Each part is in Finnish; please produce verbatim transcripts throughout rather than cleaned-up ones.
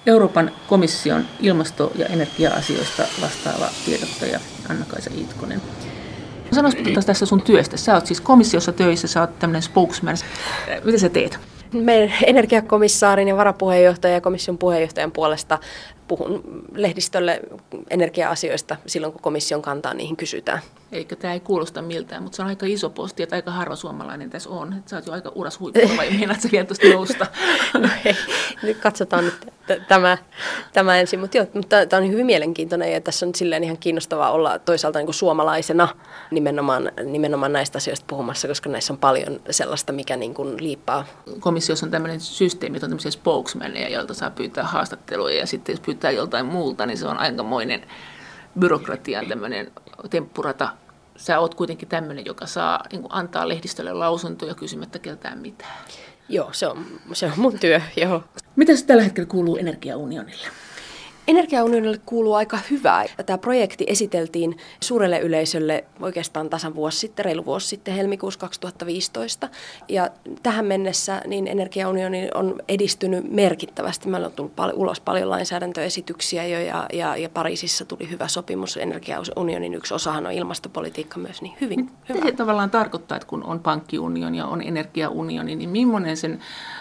Euroopan komission ilmasto- ja energia-asioista vastaava tiedottaja Anna-Kaisa Itkonen. Sanoisitko tässä sun työstä? Sä oot siis komissiossa töissä, sä oot tämmöinen spokesman. Mitä sä teet? Meidän energiakomissaarin ja varapuheenjohtajan ja komission puheenjohtajan puolesta puhun lehdistölle energia-asioista silloin, kun komission kantaa niihin kysytään. Eikö tämä ei kuulosta miltään, mutta se on aika iso posti, että aika harva suomalainen tässä on. Että sä oot jo aika uras huipulla, vai meinaat sä vielä tuosta nousta? No ei, nyt katsotaan nyt t- tämä, tämä ensin, mutta joo, mutta tämä on hyvin mielenkiintoinen ja tässä on silleen ihan kiinnostavaa olla toisaalta niin kuin suomalaisena nimenomaan, nimenomaan näistä asioista puhumassa, koska näissä on paljon sellaista, mikä niin kuin liippaa. Komissiossa on tämmöinen systeemi, että on tämmöisiä spokesmaneja, joilta saa pyytää haastatteluja ja sitten jos pyytää joltain muulta, niin se on aikamoinen byrokratian tämmöinen temppurata. Sä oot kuitenkin tämmöinen, joka saa niin kuin antaa lehdistölle lausuntoja kysymättä keltään mitään. Joo, se on, se on mun työ, joo. Mitä se tällä hetkellä kuuluu Energiaunionille? Energiaunionille kuuluu aika hyvää. Tämä projekti esiteltiin suurelle yleisölle oikeastaan tasan vuosi sitten, reilu vuosi sitten, helmikuussa kaksituhattaviisitoista. Ja tähän mennessä niin Energiaunioni on edistynyt merkittävästi. Meillä on tullut pal- ulos paljon lainsäädäntöesityksiä jo ja, ja, ja Pariisissa tuli hyvä sopimus. Energiaunionin yksi osahan on ilmastopolitiikka myös, niin hyvin Mitä hyvä. se tavallaan tarkoittaa, että kun on pankkiunioni ja on energiaunioni, niin millainen sen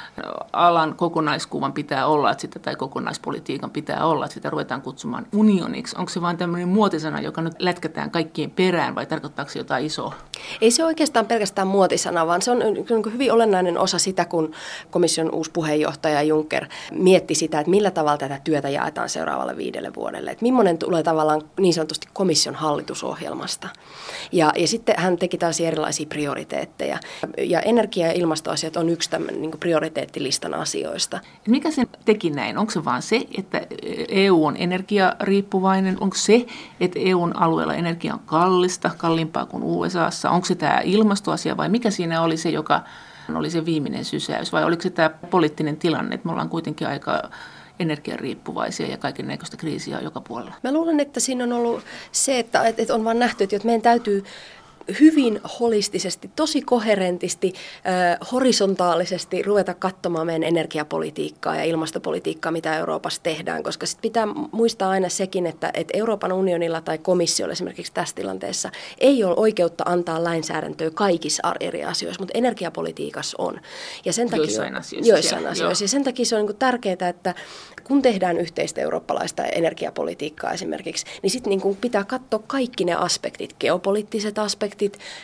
alan kokonaiskuvan pitää olla, että sitä, tai kokonaispolitiikan pitää olla, että sitä ruvetaan kutsumaan unioniksi? Onko se vain tämmöinen muotisana, joka nyt lätkätään kaikkien perään, vai tarkoittaako se jotain isoa? Ei se oikeastaan pelkästään muotisana, vaan se on hyvin olennainen osa sitä, kun komission uusi puheenjohtaja Juncker mietti sitä, että millä tavalla tätä työtä jaetaan seuraavalle viidelle vuodelle. Että millainen tulee tavallaan niin sanotusti komission hallitusohjelmasta. Ja, ja sitten hän teki tällaisia erilaisia prioriteetteja. Ja energia- ja ilmastoasiat on yksi tämmöinen niin prioriteettilistan asioista. Mikä sen teki näin? Onko se vaan se, että E U on energiariippuvainen? Onko se, että E U:n alueella energia on kallista, kalliimpaa kuin U S A:ssa? Onko se tämä ilmastoasia vai mikä siinä oli se, joka oli se viimeinen sysäys? Vai oliko se tämä poliittinen tilanne, että me ollaan kuitenkin aika energiariippuvaisia ja kaiken näköistä kriisiä joka puolella? Mä luulen, että siinä on ollut se, että, että on vaan nähty, että meidän täytyy hyvin holistisesti, tosi koherentisti, äh, horisontaalisesti ruveta katsomaan meidän energiapolitiikkaa ja ilmastopolitiikkaa, mitä Euroopassa tehdään, koska sit pitää muistaa aina sekin, että, että Euroopan unionilla tai komissiolla esimerkiksi tässä tilanteessa ei ole oikeutta antaa lainsäädäntöä kaikissa eri asioissa, mutta energiapolitiikassa on. Ja sen takia, joissain asioissa. Joissain asioissa. Ja sen takia se on niin tärkeää, että kun tehdään yhteistä eurooppalaista energiapolitiikkaa esimerkiksi, niin sitten niin pitää katsoa kaikki ne aspektit, geopoliittiset aspektit,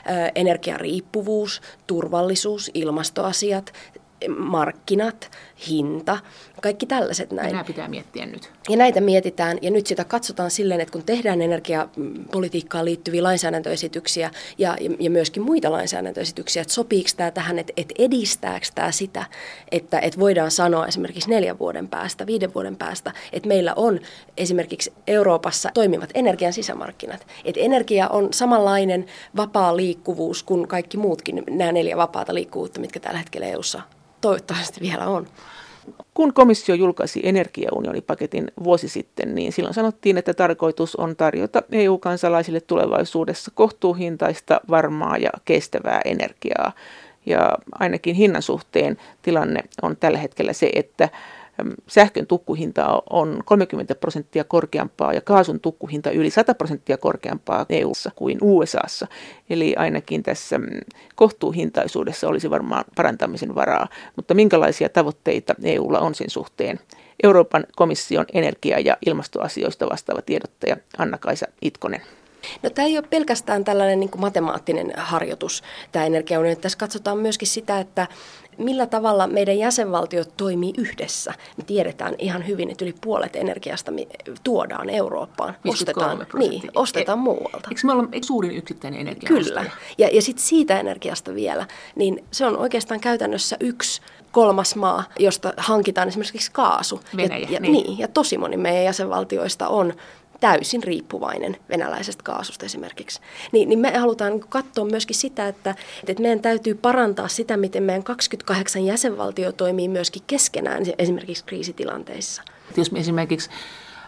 energiariippuvuus, turvallisuus, ilmastoasiat, markkinat, hinta, kaikki tällaiset näin. Ja nämä pitää miettiä nyt. Ja näitä mietitään ja nyt sitä katsotaan silleen, että kun tehdään energiapolitiikkaan liittyviä lainsäädäntöesityksiä ja, ja myöskin muita lainsäädäntöesityksiä, että sopiiko tämä tähän, että, että edistääkö tämä sitä, että, että voidaan sanoa esimerkiksi neljän vuoden päästä, viiden vuoden päästä, että meillä on esimerkiksi Euroopassa toimivat energian sisämarkkinat. Että energia on samanlainen vapaa liikkuvuus kuin kaikki muutkin nämä neljä vapaata liikkuvuutta, mitkä tällä hetkellä E U:ssa toivottavasti vielä on. Kun komissio julkaisi energiaunionipaketin vuosi sitten, niin silloin sanottiin, että tarkoitus on tarjota E U-kansalaisille tulevaisuudessa kohtuuhintaista, varmaa ja kestävää energiaa. Ja ainakin hinnan suhteen tilanne on tällä hetkellä se, että sähkön tukkuhinta on kolmekymmentä prosenttia korkeampaa ja kaasun tukkuhinta yli sata prosenttia korkeampaa E U:ssa kuin U S A:ssa. Eli ainakin tässä kohtuuhintaisuudessa olisi varmaan parantamisen varaa. Mutta minkälaisia tavoitteita E U:lla on sen suhteen? Euroopan komission energia- ja ilmastoasioista vastaava tiedottaja Anna-Kaisa Itkonen. No, tämä ei ole pelkästään tällainen niin kuin matemaattinen harjoitus, tämä energiaunioni. Tässä katsotaan myöskin sitä, että millä tavalla meidän jäsenvaltiot toimii yhdessä. Me tiedetään ihan hyvin, että yli puolet energiasta tuodaan Eurooppaan. Ostetaan, niin, ostetaan e, muualta. Eikö me olla suurin yksittäinen energia? Kyllä. Ja, ja sitten siitä energiasta vielä, niin se on oikeastaan käytännössä yksi kolmas maa, josta hankitaan esimerkiksi kaasu. Venäjä. Ja, ja, niin. Niin, ja tosi moni meidän jäsenvaltioista on täysin riippuvainen venäläisestä kaasusta esimerkiksi. Niin, niin me halutaan katsoa myöskin sitä, että, että meidän täytyy parantaa sitä, miten meidän kaksikymmentäkahdeksan jäsenvaltio toimii myöskin keskenään esimerkiksi kriisitilanteissa. Jos me esimerkiksi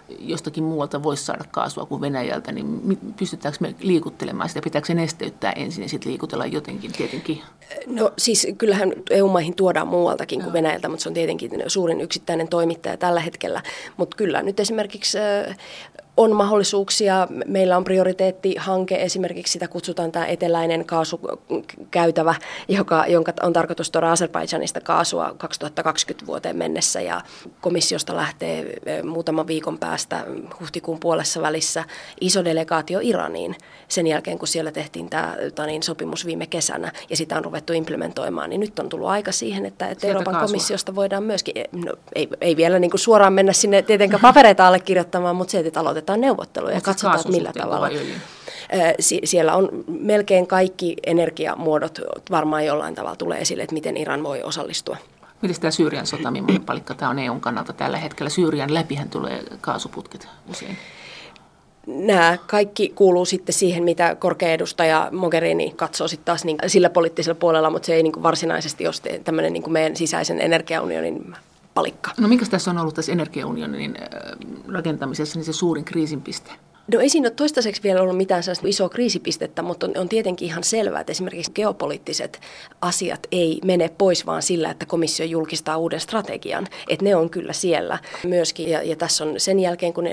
jostakin muualta voisi saada kaasua kuin Venäjältä, niin pystytäänkö me liikuttelemaan sitä? Pitääkö se nesteyttää ensin ja sitten liikutella jotenkin tietenkin? No siis kyllähän E U-maihin tuodaan muualtakin kuin Venäjältä, mutta se on tietenkin suurin yksittäinen toimittaja tällä hetkellä. Mutta kyllä nyt esimerkiksi on mahdollisuuksia. Meillä on prioriteettihanke, esimerkiksi sitä kutsutaan tämä eteläinen kaasukäytävä, joka, jonka on tarkoitus tuoda Azerbaidžanista kaasua kaksituhattakaksikymmentä vuoteen mennessä. Ja komissiosta lähtee muutaman viikon päästä huhtikuun puolessa välissä iso delegaatio Iraniin sen jälkeen, kun siellä tehtiin tämä niin, sopimus viime kesänä ja sitä on ruvettu implementoimaan. Niin nyt on tullut aika siihen, että, että Euroopan kaasua. Komissiosta voidaan myöskin, no, ei, ei vielä niin kuin suoraan mennä sinne tietenkään papereita allekirjoittamaan, mutta se, että aloitetaan neuvotteluja ja katsotaan, millä tavalla. Sie- siellä on melkein kaikki energiamuodot varmaan jollain tavalla tulee esille, että miten Iran voi osallistua. Miten tämä Syyrian sota, millainen palikka tämä on E U:n kannalta tällä hetkellä? Syyrian läpihän tulee kaasuputket usein. Nämä kaikki kuuluu sitten siihen, mitä korkea edustaja Mogherini katsoo sitten taas niin sillä poliittisella puolella, mutta se ei niin kuin varsinaisesti ole tämmöinen niin kuin meidän sisäisen energiaunionin palikka. No minkä tässä on ollut tässä energiaunionin rakentamisessa niin se suurin kriisinpiste? No ei siinä ole toistaiseksi vielä ollut mitään sellaista isoa kriisipistettä, mutta on, on tietenkin ihan selvää, että esimerkiksi geopoliittiset asiat ei mene pois vaan sillä, että komissio julkistaa uuden strategian. Että ne on kyllä siellä myöskin. Ja, ja tässä on sen jälkeen, kun,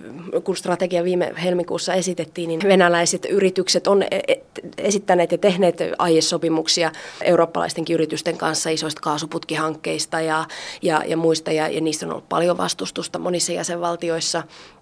kun strategia viime helmikuussa esitettiin, niin venäläiset yritykset on esittäneet ja tehneet aiesopimuksia eurooppalaistenkin yritysten kanssa isoista kaasuputkihankkeista ja, ja, ja muista. Ja, ja niistä on ollut paljon vastustusta monissa jäsenvaltioissa.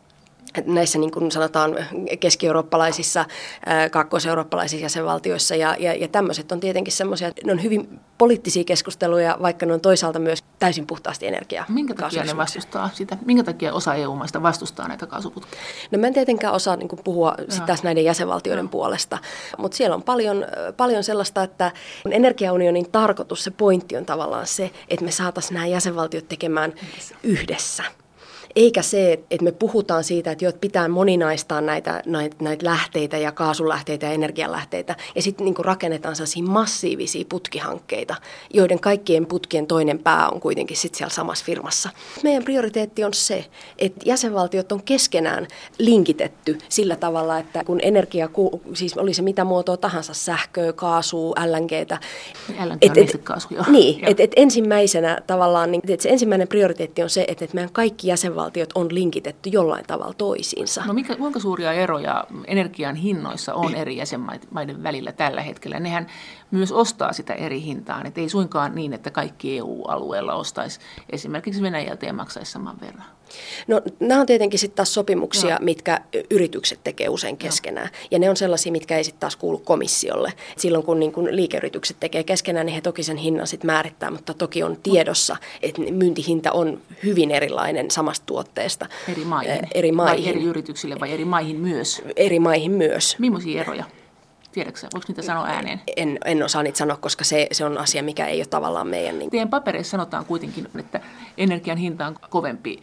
Näissä niin kuin sanotaan keski-eurooppalaisissa, kaakkois-eurooppalaisissa jäsenvaltioissa ja, ja, ja tämmöiset on tietenkin semmoisia, ne on hyvin poliittisia keskusteluja, vaikka ne on toisaalta myös täysin puhtaasti energiaa. Minkä takia ne vastustaa sitä? Minkä takia osa E U-maista vastustaa näitä kaasuputkia? No mä en tietenkään osaa niin kuin puhua sit taas näiden jäsenvaltioiden no. puolesta, mutta siellä on paljon, paljon sellaista, että energiaunionin tarkoitus, se pointti on tavallaan se, että me saataisiin nämä jäsenvaltiot tekemään yhdessä. Eikä se, että me puhutaan siitä, että pitää moninaistaa näitä, näitä, näitä lähteitä ja kaasulähteitä ja energialähteitä. Ja sitten niin rakennetaan sellaisia massiivisia putkihankkeita, joiden kaikkien putkien toinen pää on kuitenkin sitten siellä samassa firmassa. Meidän prioriteetti on se, että jäsenvaltiot on keskenään linkitetty sillä tavalla, että kun energia, siis oli se mitä muotoa tahansa, sähköä, kaasua, L N G:tä. L N G on nestekaasu, joo. Niin, että et ensimmäisenä tavallaan, että se ensimmäinen prioriteetti on se, että et meidän kaikki jäsenvaltiot on linkitetty jollain tavalla toisiinsa. No mikä, kuinka suuria eroja energian hinnoissa on eri jäsenmaiden välillä tällä hetkellä? Nehän myös ostaa sitä eri hintaan, että ei suinkaan niin, että kaikki E U-alueella ostaisi esimerkiksi Venäjältä ja maksaisi saman verran. No nämä on tietenkin sitten taas sopimuksia, no. mitkä yritykset tekee usein keskenään. No. Ja ne on sellaisia, mitkä ei sitten taas kuulu komissiolle. Silloin kun, niin kun liikeyritykset tekee keskenään, niin he toki sen hinnan sitten määrittää, mutta toki on tiedossa, että myyntihinta on hyvin erilainen samasta tuotteesta. Eri maihin? Eri maihin. Vai eri yrityksille vai eri maihin myös? Eri maihin myös. Millaisia eroja? Tiedätkö, voiko niitä sanoa ääneen? En, en osaa niitä sanoa, koska se, se on asia, mikä ei ole tavallaan meidän... Niin... Teidän papereissa sanotaan kuitenkin, että energian hinta on kovempi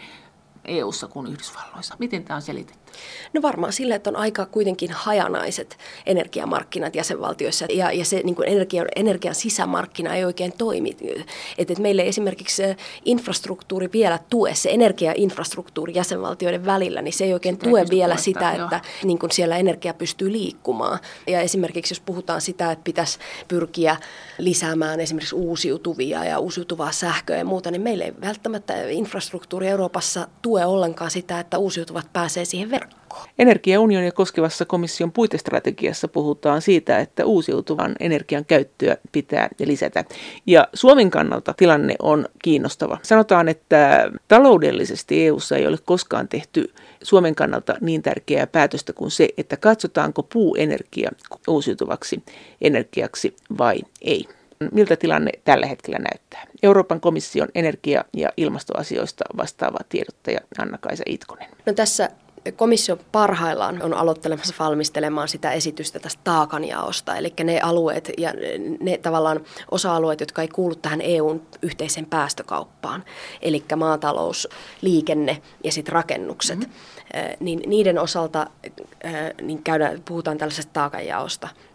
E U:ssa kuin Yhdysvalloissa. Miten tämä on selitetty? No varmaan sillä, että on aika kuitenkin hajanaiset energiamarkkinat jäsenvaltioissa ja, ja se niin kuin energia, energian sisämarkkina ei oikein toimi. Että et meillä ei esimerkiksi infrastruktuuri vielä tue, se energiainfrastruktuuri jäsenvaltioiden välillä, niin se ei oikein sitä tue ei vielä sitä, jo. että niin kuin siellä energia pystyy liikkumaan. Ja esimerkiksi jos puhutaan sitä, että pitäisi pyrkiä lisäämään esimerkiksi uusiutuvia ja uusiutuvaa sähköä ja muuta, niin meillä ei välttämättä infrastruktuuri Euroopassa tue ollenkaan sitä, että uusiutuvat pääsee siihen verkkoon. Energiaunionia koskevassa komission puitestrategiassa puhutaan siitä, että uusiutuvan energian käyttöä pitää lisätä. Ja Suomen kannalta tilanne on kiinnostava. Sanotaan, että taloudellisesti E U:ssa ei ole koskaan tehty Suomen kannalta niin tärkeää päätöstä kuin se, että katsotaanko puuenergia uusiutuvaksi energiaksi vai ei. Miltä tilanne tällä hetkellä näyttää? Euroopan komission energia- ja ilmastoasioista vastaava tiedottaja Anna-Kaisa Itkonen. No tässä komissio parhaillaan on aloittelemassa valmistelemaan sitä esitystä tästä taakanjaosta, eli ne alueet ja ne tavallaan osa-alueet, jotka ei kuulu tähän E U:n yhteiseen päästökauppaan, eli maatalous, liikenne ja sitten rakennukset, mm-hmm. niin niiden osalta niin käydään, puhutaan tällaisesta taakanjaosta.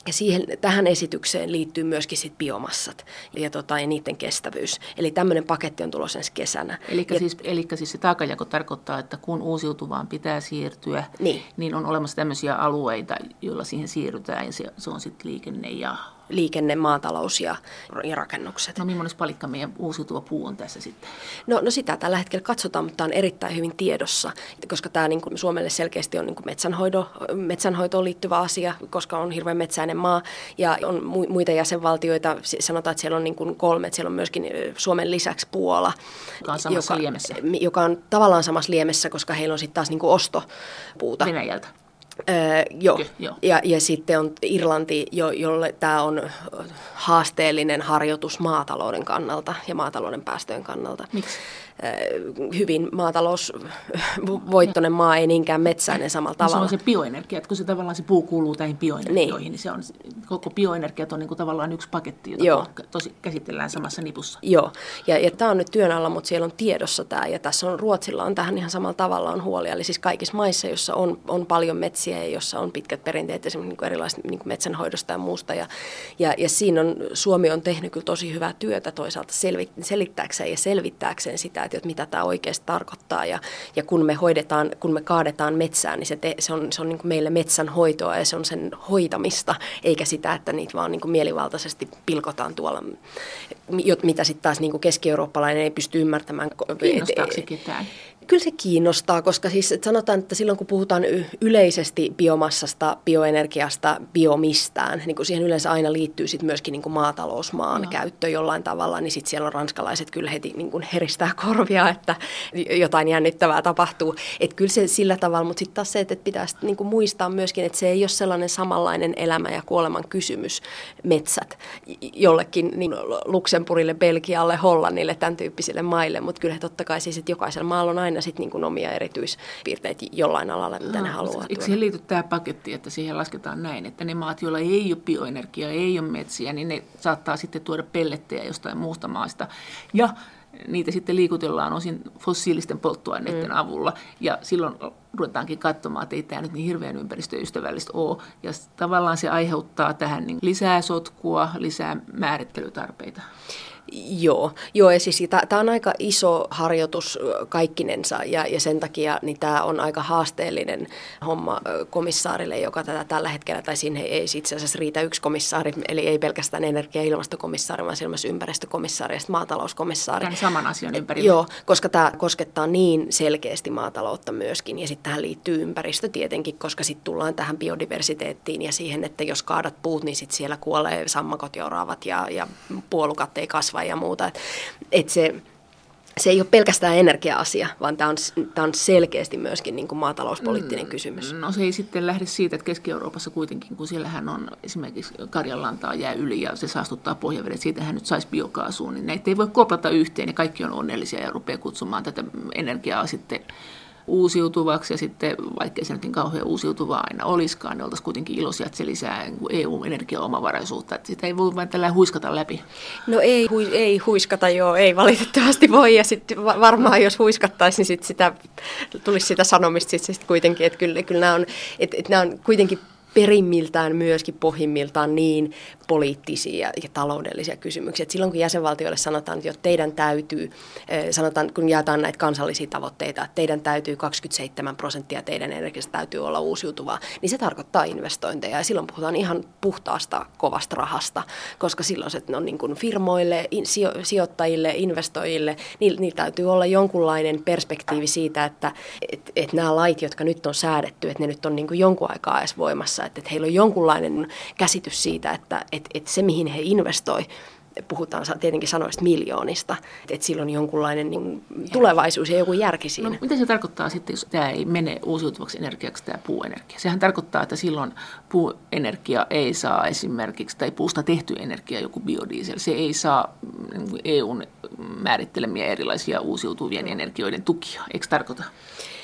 Ja siihen, tähän esitykseen liittyy myöskin sit biomassat ja, tota, ja niiden kestävyys. Eli tämmöinen paketti on tulossa ensi kesänä. Eli siis, siis se taakanjako tarkoittaa, että kun uusiutuvaan pitää siirtyä, niin, niin on olemassa tämmöisiä alueita, joilla siihen siirrytään, ja se, se on sitten liikenne ja... liikenne, maatalous ja, ja rakennukset. No millainen palikka meidän uusiutuva puu on tässä sitten? No, no sitä tällä hetkellä katsotaan, mutta tämä on erittäin hyvin tiedossa, koska tämä niin kuin Suomelle selkeästi on niin kuin metsänhoito, metsänhoitoon liittyvä asia, koska on hirveän metsäinen maa ja on muita jäsenvaltioita, sanotaan, että siellä on niin kuin kolme, että siellä on myöskin Suomen lisäksi Puola, joka on samassa joka, liemessä. joka on tavallaan samassa liemessä, koska heillä on sitten taas niin kuin ostopuuta. Venäjältä. Öö, joo. Okay, joo. Ja, ja sitten on Irlanti, jo, jolle tämä on haasteellinen harjoitus maatalouden kannalta ja maatalouden päästöjen kannalta. Miksi? Öö, hyvin maatalousvoittoinen maa, ei niinkään metsäinen samalla tavalla. No se on se bioenergia, että kun se tavallaan se puu kuuluu näihin bioenergioihin, niin, niin se on, koko bioenergiat on niin kuin tavallaan yksi paketti, jota joo. tosi käsitellään samassa nipussa. Joo, ja, ja tämä on nyt työn alla, mutta siellä on tiedossa tämä, ja tässä on Ruotsilla on tähän ihan samalla tavalla on huolia. Eli siis kaikissa maissa, joissa on, on paljon metsiä ja jossa on pitkät perinteet esimerkiksi niin kuin erilaisista niin kuin metsänhoidosta ja muusta, ja, ja, ja siinä on, Suomi on tehnyt kyllä tosi hyvää työtä toisaalta selvi, selittääkseen ja selvittääkseen sitä, että mitä tämä oikeasti tarkoittaa, ja, ja kun me hoidetaan, kun me kaadetaan metsään, niin se, te, se on, se on niin kuin meille metsänhoitoa ja se on sen hoitamista, eikä sitä, että niitä vaan niin kuin mielivaltaisesti pilkotaan tuolla, mitä sitten taas niin kuin keski-eurooppalainen ei pysty ymmärtämään. Kiinnostaako se ketään? Kyllä se kiinnostaa, koska siis että sanotaan, että silloin kun puhutaan yleisesti biomassasta, bioenergiasta, biomistään, niin kun siihen yleensä aina liittyy sit myöskin niin kuin maatalousmaan no. käyttö jollain tavalla, niin sitten siellä on ranskalaiset kyllä heti niin kuin heristää korvia, että jotain jännittävää tapahtuu. Että kyllä se sillä tavalla, mutta sitten taas se, että pitäisi niin kuin muistaa myöskin, että se ei ole sellainen samanlainen elämä ja kuoleman kysymys metsät jollekin niin Luxemburgille, Belgialle, Hollannille, tämän tyyppisille maille, mutta kyllä totta kai siis, että jokaisella maalla on aina sit niin kuin omia erityispiirteitä jollain alalla, mitä no, ne haluaa. Eikö siihen liity tämä paketti, että siihen lasketaan näin, että ne maat, joilla ei ole bioenergiaa, ei ole metsiä, niin ne saattaa sitten tuoda pellettejä jostain muusta maasta. Ja niitä sitten liikutellaan osin fossiilisten polttoaineiden mm. avulla. Ja silloin ruvetaankin katsomaan, että ei tämä nyt niin hirveän ympäristöystävällistä ole. Ja tavallaan se aiheuttaa tähän niin lisää sotkua, lisää määrittelytarpeita. Joo, joo ja siis tämä on aika iso harjoitus kaikkinensa ja, ja sen takia niin tämä on aika haasteellinen homma komissaarille, joka tätä tällä hetkellä, tai siinä ei itse asiassa riitä yksi komissaari, eli ei pelkästään energia- ja ilmastokomissaari, vaan siellä myös ympäristökomissaari ja maatalouskomissaari. Tämän saman asian ympärillä. Joo, koska tämä koskettaa niin selkeästi maataloutta myöskin ja sitten tähän liittyy ympäristö tietenkin, koska sitten tullaan tähän biodiversiteettiin ja siihen, että jos kaadat puut, niin sitten siellä kuolee sammakot ja oravat ja, ja puolukat ei kasva ja muuta. Et, et se, se ei ole pelkästään energia-asia, vaan tämä on, tämä on selkeästi myöskin niin kuin maatalouspoliittinen kysymys. No se ei sitten lähde siitä, että Keski-Euroopassa kuitenkin, kun siellähän on esimerkiksi Karjanlantaa jää yli ja se saastuttaa pohjavedet, siitähän nyt saisi biokaasuun, niin näitä ei voi koplata yhteen ja kaikki on onnellisia ja rupeaa kutsumaan tätä energiaa sitten uusiutuvaksi ja sitten, vaikkei se nyt niin kauhean uusiutuvaa aina olisikaan, niin oltaisiin kuitenkin iloisia, että se lisää E U-energiaomavaraisuutta, että sitä ei voi vain tällä huiskata läpi. No ei, hui, ei huiskata, joo, ei valitettavasti voi ja sitten varmaan jos huiskattaisiin, niin sit sitä, tulisi sitä sanomista sitten sit kuitenkin, että kyllä, kyllä nämä on, että, että nämä on kuitenkin perimmiltään myöskin pohjimmiltaan niin poliittisia ja taloudellisia kysymyksiä. Että silloin kun jäsenvaltioille sanotaan, että jo teidän täytyy, sanotaan kun jaetaan näitä kansallisia tavoitteita, että teidän täytyy kaksikymmentäseitsemän prosenttia teidän energiasta täytyy olla uusiutuvaa, niin se tarkoittaa investointeja. Ja silloin puhutaan ihan puhtaasta, kovasta rahasta, koska silloin se on niin kuin firmoille, sijoittajille, investoijille, niillä, niillä täytyy olla jonkunlainen perspektiivi siitä, että et, et nämä lait, jotka nyt on säädetty, että ne nyt on niin kuin jonkun aikaa edes voimassa, että, että heillä on jonkunlainen käsitys siitä, että että et se, mihin he investoi, puhutaan tietenkin sanoista miljoonista, että et sillä on jonkunlainen niin, tulevaisuus ja joku järki siinä. No, mitä se tarkoittaa sitten, jos tämä ei mene uusiutuvaksi energiaksi, tämä puuenergia? Sehän tarkoittaa, että silloin puuenergia ei saa esimerkiksi, tai puusta tehty energia, joku biodiesel, se ei saa E U:n määrittelemiä erilaisia uusiutuvien energioiden tukia, eikö tarkoita?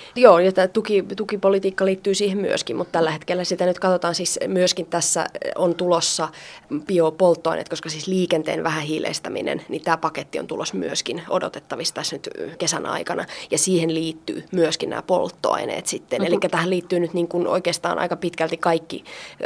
Joo, ja tämä tuki, tukipolitiikka liittyy siihen myöskin, mutta tällä hetkellä sitä nyt katsotaan siis myöskin tässä on tulossa biopolttoaineet, koska siis liikenteen vähähiileistäminen, niin tämä paketti on tulossa myöskin odotettavissa tässä nyt kesän aikana, ja siihen liittyy myöskin nämä polttoaineet sitten. No, eli tähän liittyy nyt niin kuin oikeastaan aika pitkälti kaikki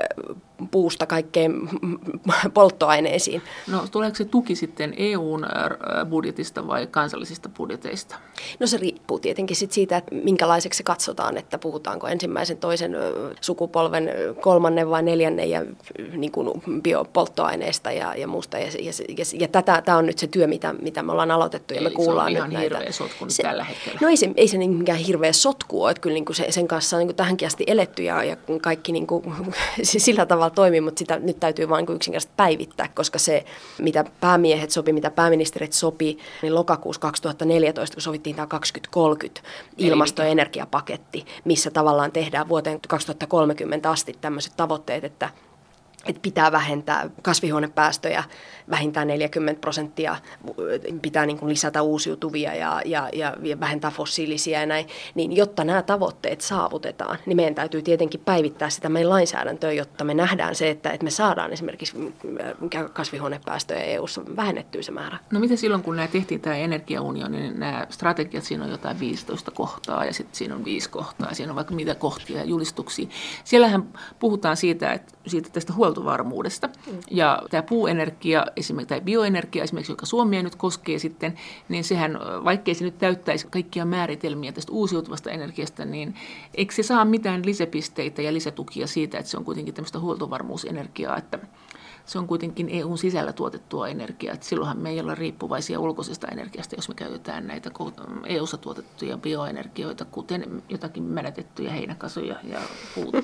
puusta kaikkeen polttoaineisiin. No tuleeko se tuki sitten E U:n budjetista vai kansallisista budjeteista? No se riippuu tietenkin sit siitä, että minkälaiseksi se katsotaan, että puhutaanko ensimmäisen, toisen sukupolven, kolmannen vai neljännen ja niin kuin biopolttoaineista ja, ja muusta. Ja, ja, ja, ja tätä, tämä on nyt se työ, mitä, mitä me ollaan aloitettu ja Eli me kuullaan se on ihan nyt hirveä näitä. sotku se, tällä hetkellä. No ei se, ei se niin mikään hirveä sotku ole, että kyllä niin kuin se, sen kanssa on niin kuin tähänkin asti eletty ja, ja kaikki niin kuin, sillä tavalla toimii, mutta sitä nyt täytyy vain niin yksinkertaisesti päivittää, koska se, mitä päämiehet sopi, mitä pääministerit sopi, niin lokakuussa kaksituhattaneljätoista, kun sovittiin tämä kaksituhattakolmekymmentä ilmasto- ja energiapaketti, missä tavallaan tehdään vuoteen kaksituhattakolmekymmentä asti tämmöiset tavoitteet, että että pitää vähentää kasvihuonepäästöjä vähintään neljäkymmentä prosenttia, pitää niin kuin lisätä uusiutuvia ja, ja, ja, ja vähentää fossiilisia ja näin, niin jotta nämä tavoitteet saavutetaan, niin meidän täytyy tietenkin päivittää sitä meidän lainsäädäntöä, jotta me nähdään se, että, että me saadaan esimerkiksi kasvihuonepäästöjä E U:ssa vähennettyä se määrä. No miten silloin, kun nämä tehtiin tämä energiaunioni, niin nämä strategiat, siinä on jotain viisitoista kohtaa ja sitten siinä on viisi kohtaa ja siinä on vaikka mitä kohtia ja julistuksia. Siellähän puhutaan siitä, että siitä tästä huoltovarmuudesta. Mm. Ja tämä puuenergia esimerkiksi, tai bioenergia esimerkiksi, joka Suomea nyt koskee sitten, niin sehän, vaikkei se nyt täyttäisi kaikkia määritelmiä tästä uusiutuvasta energiasta, niin eikö se saa mitään lisäpisteitä ja lisätukia siitä, että se on kuitenkin tämmöistä huoltovarmuusenergiaa, että se on kuitenkin E U:n sisällä tuotettua energiaa. Että silloinhan me ei olla riippuvaisia ulkoisesta energiasta, jos me käytetään näitä E U:ssa tuotettuja bioenergioita, kuten jotakin menetettyjä heinäkasuja ja puuta.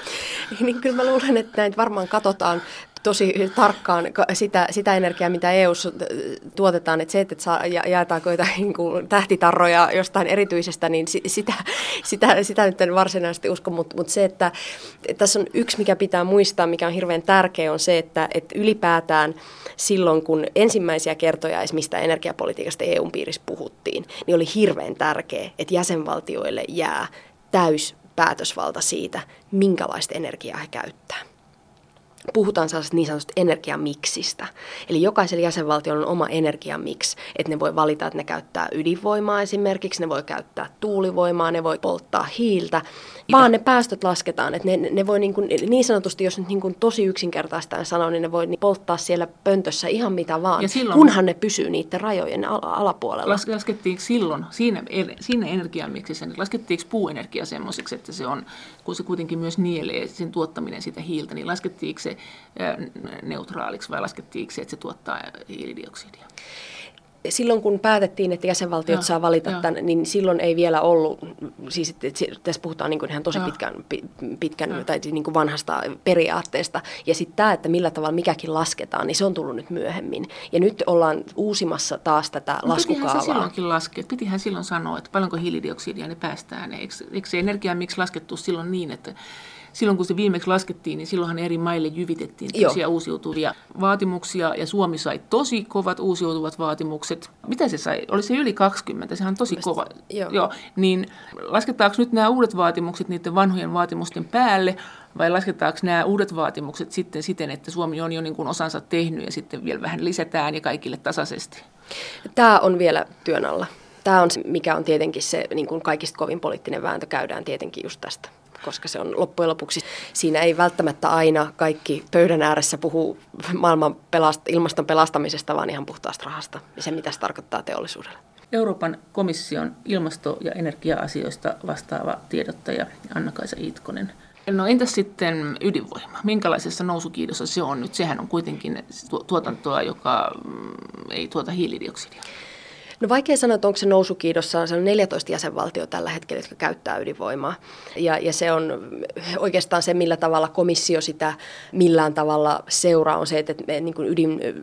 Niin kyllä mä luulen, että näitä varmaan katsotaan tosi tarkkaan sitä, sitä energiaa, mitä E U:ssa tuotetaan, että se, että saa, jaetaanko jotain niin kuin tähtitarroja jostain erityisestä, niin sitä, sitä, sitä nyt en varsinaisesti usko, mutta, mutta se, että tässä on yksi, mikä pitää muistaa, mikä on hirveän tärkeä, on se, että, että ylipäätään silloin, kun ensimmäisiä kertoja mistä energiapolitiikasta E U:n piirissä puhuttiin, niin oli hirveän tärkeä, että jäsenvaltioille jää täys päätösvalta siitä, minkälaista energiaa he käyttää. Puhutaan sellaisesta niin sanotusta energiamiksistä. Eli jokaisella jäsenvaltiolla on oma energiamix, että ne voi valita, että ne käyttää ydinvoimaa esimerkiksi, ne voi käyttää tuulivoimaa, ne voi polttaa hiiltä, vaan ne päästöt lasketaan. Että ne, ne voi niin, kuin, niin sanotusti, jos nyt niin kuin tosi yksinkertaistaan sanoo, niin ne voi polttaa siellä pöntössä ihan mitä vaan, silloin, kunhan ne pysyy niiden rajojen al- alapuolella. Las, laskettiinko silloin siinä, siinä energiamixissä, niin laskettiinko puuenergia semmoiseksi, että se on, kun se kuitenkin myös nielee sen tuottaminen sitä hiiltä, niin laskettiinko se neutraaliksi vai laskettiinko se, että se tuottaa hiilidioksidia? Silloin kun päätettiin, että jäsenvaltiot ja, saa valita ja. tämän, niin silloin ei vielä ollut, siis että tässä puhutaan niin kuin ihan tosi ja. pitkän, pitkän tai niin kuin vanhasta periaatteesta. Ja sitten tämä, että millä tavalla mikäkin lasketaan, niin se on tullut nyt myöhemmin. Ja nyt ollaan uusimassa taas tätä no, laskukaavaa. Pitihän se silloinkin laskea. Pitihän silloin sanoa, että paljonko hiilidioksidia ne päästään. Eikö, eikö se energia miksi laskettu silloin niin, että silloin kun se viimeksi laskettiin, niin silloinhan eri maille jyvitettiin tämmöisiä uusiutuvia vaatimuksia, ja Suomi sai tosi kovat uusiutuvat vaatimukset. Mitä se sai? Oli se yli kaksikymmentä, sehän on tosi Mielestäni, kova. Joo. Joo. Niin lasketaanko nyt nämä uudet vaatimukset niiden vanhojen vaatimusten päälle, vai lasketaanko nämä uudet vaatimukset sitten siten, että Suomi on jo niin kuin osansa tehnyt, ja sitten vielä vähän lisätään ja kaikille tasaisesti? Tämä on vielä työn alla. Tämä on se, mikä on tietenkin se niin kuin kaikista kovin poliittinen vääntö, käydään tietenkin just tästä. Koska se on loppujen lopuksi, siinä ei välttämättä aina kaikki pöydän ääressä puhu maailman pelast- ilmaston pelastamisesta, vaan ihan puhtaasta rahasta ja se, mitä se tarkoittaa teollisuudelle. Euroopan komission ilmasto- ja energia-asioista vastaava tiedottaja Anna-Kaisa Iitkonen. No entäs sitten ydinvoima? Minkälaisessa nousukiidossa se on nyt? Sehän on kuitenkin tuotantoa, joka ei tuota hiilidioksidia. No vaikea sanoa, että onko se nousukiidossa, se on neljätoista jäsenvaltio tällä hetkellä, jotka käyttää ydinvoimaa. Ja, ja se on oikeastaan se, millä tavalla komissio sitä millään tavalla seuraa, on se, että me niin kuin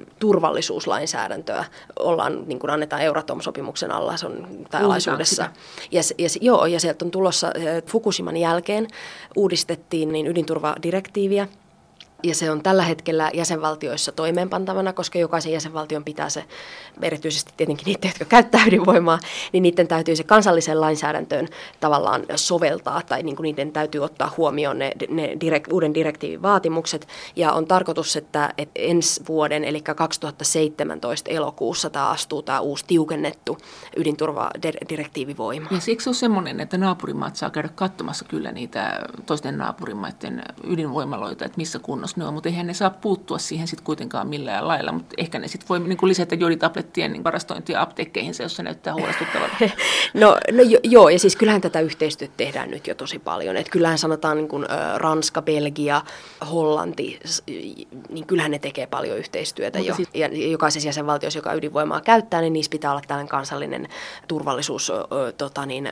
ydinturvallisuuslainsäädäntöä ollaan, niin kuin annetaan Euratom-sopimuksen alla, se on, tai alaisuudessa. Ja, ja, joo, ja sieltä on tulossa Fukushiman jälkeen uudistettiin niin ydinturvadirektiiviä. Ja se on tällä hetkellä jäsenvaltioissa toimeenpantavana, koska jokaisen jäsenvaltion pitää se, erityisesti tietenkin niiden, jotka käyttää ydinvoimaa, niin niiden täytyy se kansalliseen lainsäädäntöön tavallaan soveltaa, tai niin kuin niiden täytyy ottaa huomioon ne, ne direkt, uuden direktiivin vaatimukset. Ja on tarkoitus, että, että ensi vuoden, eli kaksituhattaseitsemäntoista elokuussa tämä astuu tämä uusi tiukennettu ydinturvadirektiivi voimaan. Ja siksi on semmoinen, että naapurimaat saa käydä katsomassa kyllä niitä toisten naapurimaiden ydinvoimaloita, että missä kunnossa ne on, mutta eihän ne saa puuttua siihen sitten kuitenkaan millään lailla, mutta ehkä ne sitten voi niin kuin lisätä joditablettien niin varastointia apteekkeihin, se jos se näyttää huolestuttavalta. No, no jo, joo, ja siis kyllähän tätä yhteistyötä tehdään nyt jo tosi paljon, että kyllähän sanotaan niin kuin, ä, Ranska, Belgia, Hollanti, niin kyllähän ne tekee paljon yhteistyötä mutta jo, siis... ja jokaisessa jäsenvaltiossa, joka ydinvoimaa käyttää, niin niissä pitää olla tällainen kansallinen turvallisuus, ä, tota niin,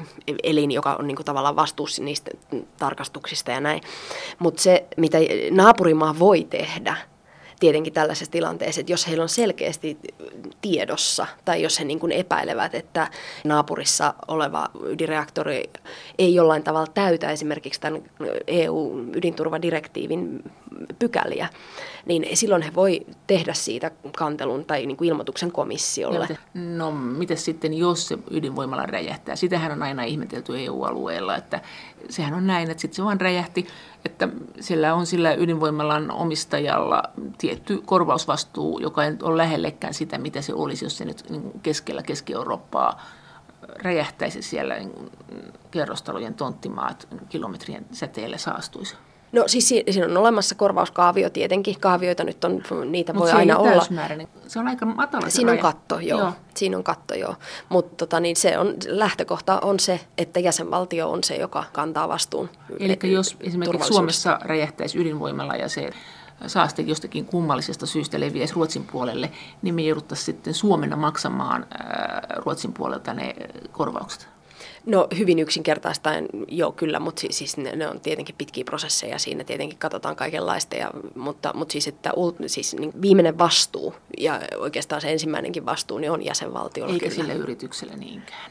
elin, joka on niin kuin tavallaan vastuussa niistä tarkastuksista ja näin, mutta se, mitä naapurimaa voi tehdä tietenkin tällaisessa tilanteessa, että jos heillä on selkeästi tiedossa tai jos he niin kuin epäilevät, että naapurissa oleva ydinreaktori ei jollain tavalla täytä esimerkiksi tämän E U-ydinturvadirektiivin pykäliä, niin silloin he voi tehdä siitä kantelun tai niin kuin ilmoituksen komissiolle. No, miten sitten, jos se ydinvoimala räjähtää? Sitähän on aina ihmetelty E U-alueella, että sehän on näin, että sitten se vaan räjähti, että sillä on sillä ydinvoimalan omistajalla tietty korvausvastuu, joka ei nyt ole lähellekään sitä, mitä se olisi, jos se nyt keskellä Keski-Eurooppaa räjähtäisi siellä kerrostalojen tonttimaat kilometrien säteellä saastuisi. No siis siinä on olemassa korvauskaavio tietenkin. Kaavioita nyt on, niitä Mut voi se aina ei olla. Täysmääräinen. Se on aika matala. Siinä on katto, joo. joo. Siinä on katto, joo. Mutta tota, niin se on, lähtökohta on se, että jäsenvaltio on se, joka kantaa vastuun. Eli jos esimerkiksi Suomessa räjähtäisi ydinvoimalla ja se saaste jostakin kummallisesta syystä leviäisi Ruotsin puolelle, niin me jouduttaisiin sitten Suomena maksamaan ää, Ruotsin puolelta ne korvaukset. No hyvin yksinkertaistaen, joo kyllä, mutta siis, siis ne, ne on tietenkin pitkiä prosesseja, siinä tietenkin katsotaan kaikenlaista, ja, mutta, mutta siis, että siis niin viimeinen vastuu ja oikeastaan se ensimmäinenkin vastuu niin on jäsenvaltiolla. Eikä kyllä. Sillä yrityksellä niinkään.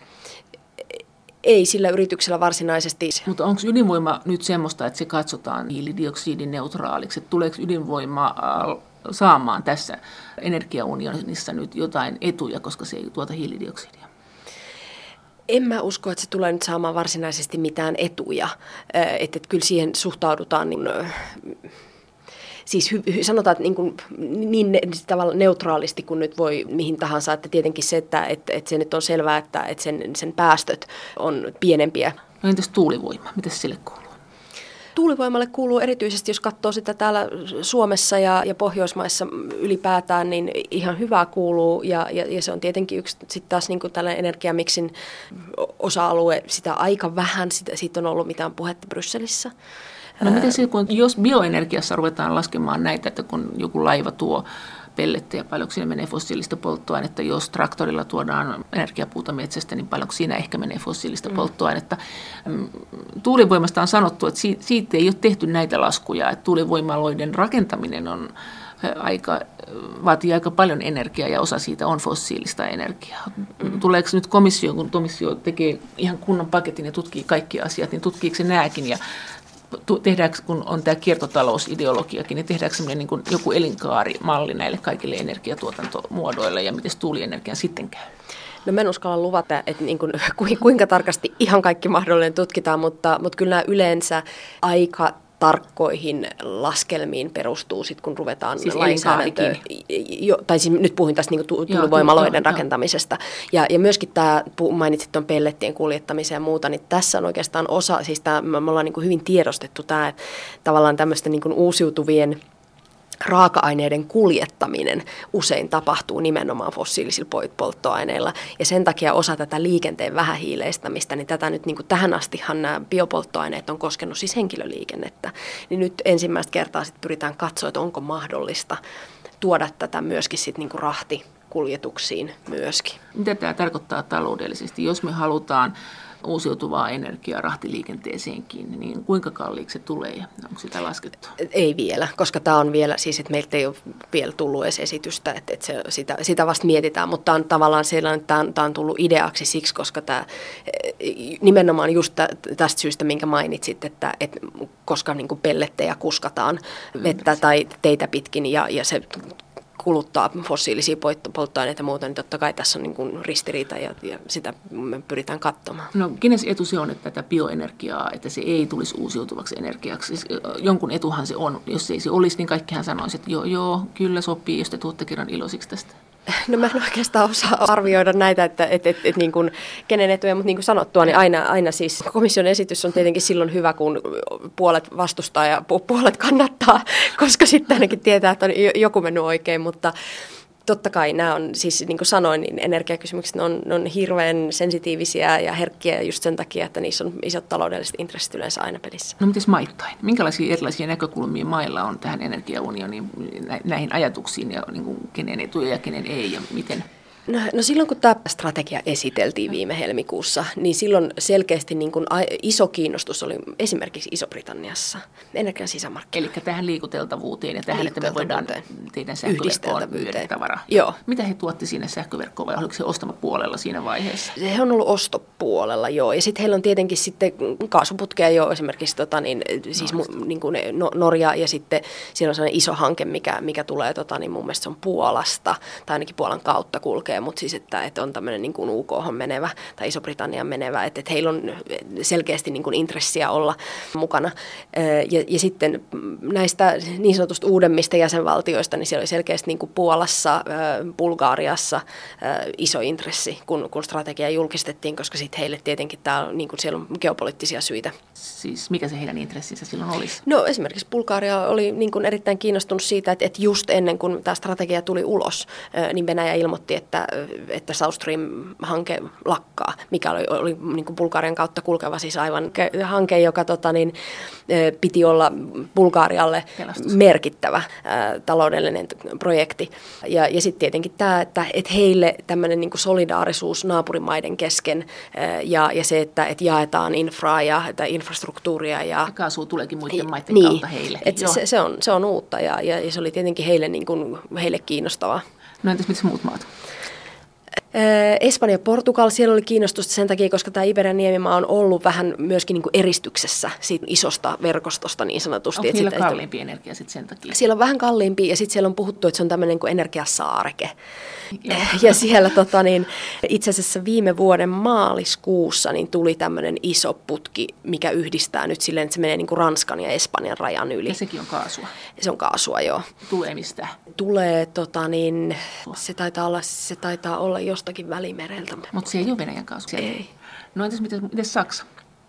Ei sillä yrityksellä varsinaisesti. Mutta onko ydinvoima nyt semmoista, että se katsotaan hiilidioksidineutraaliksi, että tuleeko ydinvoima saamaan tässä energiaunionissa nyt jotain etuja, koska se ei tuota hiilidioksidia? En mä usko, että se tulee nyt saamaan varsinaisesti mitään etuja, että et kyllä siihen suhtaudutaan niin, siis hy, hy, sanotaan, että niin, kuin, niin ne, tavallaan neutraalisti kuin nyt voi mihin tahansa, että tietenkin se, että et, et se nyt on selvää, että et sen, sen päästöt on pienempiä. No entäs tuulivoima, mitä sille kuuluu? Tuulivoimalle kuuluu erityisesti, jos katsoo sitä täällä Suomessa ja, ja Pohjoismaissa ylipäätään, niin ihan hyvää kuuluu. Ja, ja, ja se on tietenkin yksi sitten taas niin kuin tällainen energiamiksin osa-alue, sitä aika vähän, sitä, siitä on ollut mitään puhetta Brysselissä. No miten se, kun, jos bioenergiassa ruvetaan laskemaan näitä, että kun joku laiva tuo pellettejä, paljonko siinä menee fossiilista polttoainetta, jos traktorilla tuodaan energiapuuta metsästä, niin paljonko siinä ehkä menee fossiilista mm. polttoainetta. Tuulivoimasta on sanottu, että siitä ei ole tehty näitä laskuja, että tuulivoimaloiden rakentaminen on aika, vaatii aika paljon energiaa ja osa siitä on fossiilista energiaa. Mm. Tuleeko nyt komissio, kun komissio tekee ihan kunnon paketin ja tutkii kaikki asiat, niin tutkiiko se nääkin ja tehdäänkö, kun on tämä kiertotalousideologiakin, niin tehdäänkö semmoinen niin kuin joku elinkaarimalli näille kaikille energiatuotantomuodoille ja miten tuulienergian sitten käy? No mä en uskalla luvata, että niin kuin, kuinka tarkasti ihan kaikki mahdollinen tutkitaan, mutta, mutta kyllä nämä yleensä aika tarkkoihin laskelmiin perustuu sitten, kun ruvetaan siis lainsäädäntöön. Jo, tai siis nyt puhuin tästä niin kuin tuulivoimaloiden joo, rakentamisesta. Ja, ja myöskin tämä, mainitsit tuon pellettien kuljettamisen ja muuta, niin tässä on oikeastaan osa, siis tämä, me ollaan niin kuin hyvin tiedostettu tämä, että tavallaan tämmöisten niin kuin uusiutuvien raaka-aineiden kuljettaminen usein tapahtuu nimenomaan fossiilisilla polttoaineilla. Ja sen takia osa tätä liikenteen vähähiileistämistä, niin tätä nyt niin kuin tähän astihan nämä biopolttoaineet on koskenut siis henkilöliikennettä. Niin nyt ensimmäistä kertaa sitten pyritään katsoa, että onko mahdollista tuoda tätä myöskin sitten niin kuin rahtikuljetuksiin myöskin. Mitä tämä tarkoittaa taloudellisesti? Jos me halutaan uusiutuvaa energiaa rahtiliikenteeseenkin, niin kuinka kalliiksi se tulee ja onko sitä laskettu? Ei vielä, koska tämä on vielä, siis että meiltä ei ole vielä tullut edes esitystä, että, että se, sitä, sitä vasta mietitään, mutta tämä on tavallaan sellainen, että tämä on, tämä on tullut ideaksi siksi, koska tämä nimenomaan just tästä syystä, minkä mainitsit, että, että koska niin kuin pellettejä kuskataan vettä tai teitä pitkin ja, ja se kuluttaa fossiilisia polttoaineita ja muuta, niin totta kai tässä on niin kuin ristiriita ja, ja sitä me pyritään katsomaan. No kenen etu se on, että tätä bioenergiaa, että se ei tulisi uusiutuvaksi energiaksi? Siis jonkun etuhan se on. Jos ei se olisi, niin kaikkihan sanoisivat, että joo, joo, kyllä sopii, jos te tuutte kerran iloisiksi tästä. No mä en oikeastaan osaa arvioida näitä, että et, et, et, niin kuin, kenen etuja, mutta niin kuin sanottua, niin aina, aina siis komission esitys on tietenkin silloin hyvä, kun puolet vastustaa ja puolet kannattaa, koska sitten ainakin tietää, että on joku mennyt oikein, mutta totta kai nämä on, siis niin kuin sanoin, niin energiakysymykset on, on hirveän sensitiivisiä ja herkkiä just sen takia, että niissä on isot taloudelliset intressit yleensä aina pelissä. No mites maittain? Minkälaisia erilaisia näkökulmia mailla on tähän energiaunioniin, näihin ajatuksiin ja niin kuin kenen etuja ja kenen ei ja miten? No, no silloin kun tämä strategia esiteltiin viime helmikuussa, niin silloin selkeästi niin kuin iso kiinnostus oli esimerkiksi Iso-Britanniassa energian sisämarkkinoilla. Eli tähän liikuteltavuuteen ja tähän, että me voidaan teidän sähköverkkoon myydä tavaraa. Joo. Mitä he tuotti sinne sähköverkkoon vai oliko se ostamapuolella siinä vaiheessa? He on ollut ostopuolella, joo. Ja sitten heillä on tietenkin sitten kaasuputkeja jo esimerkiksi tota, niin, siis no, mu, niin kuin no, Norja ja sitten siellä on sellainen iso hanke, mikä, mikä tulee tota, niin mun mielestä se on Puolasta tai ainakin Puolan kautta kulkee. Mutta siis, että, että on tämmöinen niin kuin U K:hon menevä tai Iso-Britannian menevä, että, että heillä on selkeästi niin kuin intressiä olla mukana. Ja, ja sitten näistä niin sanotusta uudemmista jäsenvaltioista, niin siellä oli selkeästi niin kuin Puolassa, Bulgariassa iso intressi, kun, kun strategia julkistettiin, koska sitten heille tietenkin tämä, niin kuin siellä on geopoliittisia syitä. Siis mikä se heidän intressinsä silloin olisi? No esimerkiksi Bulgaria oli niin kuin erittäin kiinnostunut siitä, että, että just ennen kuin tämä strategia tuli ulos, niin Venäjä ilmoitti, että että South Stream-hanke lakkaa, mikä oli, oli niin kuin Bulgarian kautta kulkeva siis aivan hanke, joka tota, niin, piti olla Bulgarialle Pelastus. merkittävä ää, taloudellinen projekti. Ja, ja sitten tietenkin tämä, että et heille tämmöinen niin kuin solidaarisuus naapurimaiden kesken ää, ja, ja se, että et jaetaan infraa ja tai infrastruktuuria. Ja, ja kaasua tuleekin muiden maiden niin, kautta heille. Et se, se, on, se on uutta ja, ja, ja se oli tietenkin heille, niin kuin, heille kiinnostavaa. No entäs mitäs muut maat? Espanja ja Portugal, siellä oli kiinnostusta sen takia, koska tämä Iberian niemimaa on ollut vähän myöskin niin kuin eristyksessä siitä isosta verkostosta niin sanotusti. Onko siellä kalliimpi energia sitten sen takia? Siellä on vähän kalliimpi ja sitten siellä on puhuttu, että se on tämmöinen niin kuin energiasaareke. Joo. Ja siellä tota, niin, itse asiassa viime vuoden maaliskuussa niin tuli tämmöinen iso putki, mikä yhdistää nyt silleen, että se menee niin kuin Ranskan ja Espanjan rajan yli. Ja sekin on kaasua? Se on kaasua, joo. Tulee mistä? Tulee, tota, niin, se taitaa olla, se taitaa olla jostakin Välimereltä. Mutta se ei ole Venäjän kaasu? Ei. No entäs miten, miten Saksa?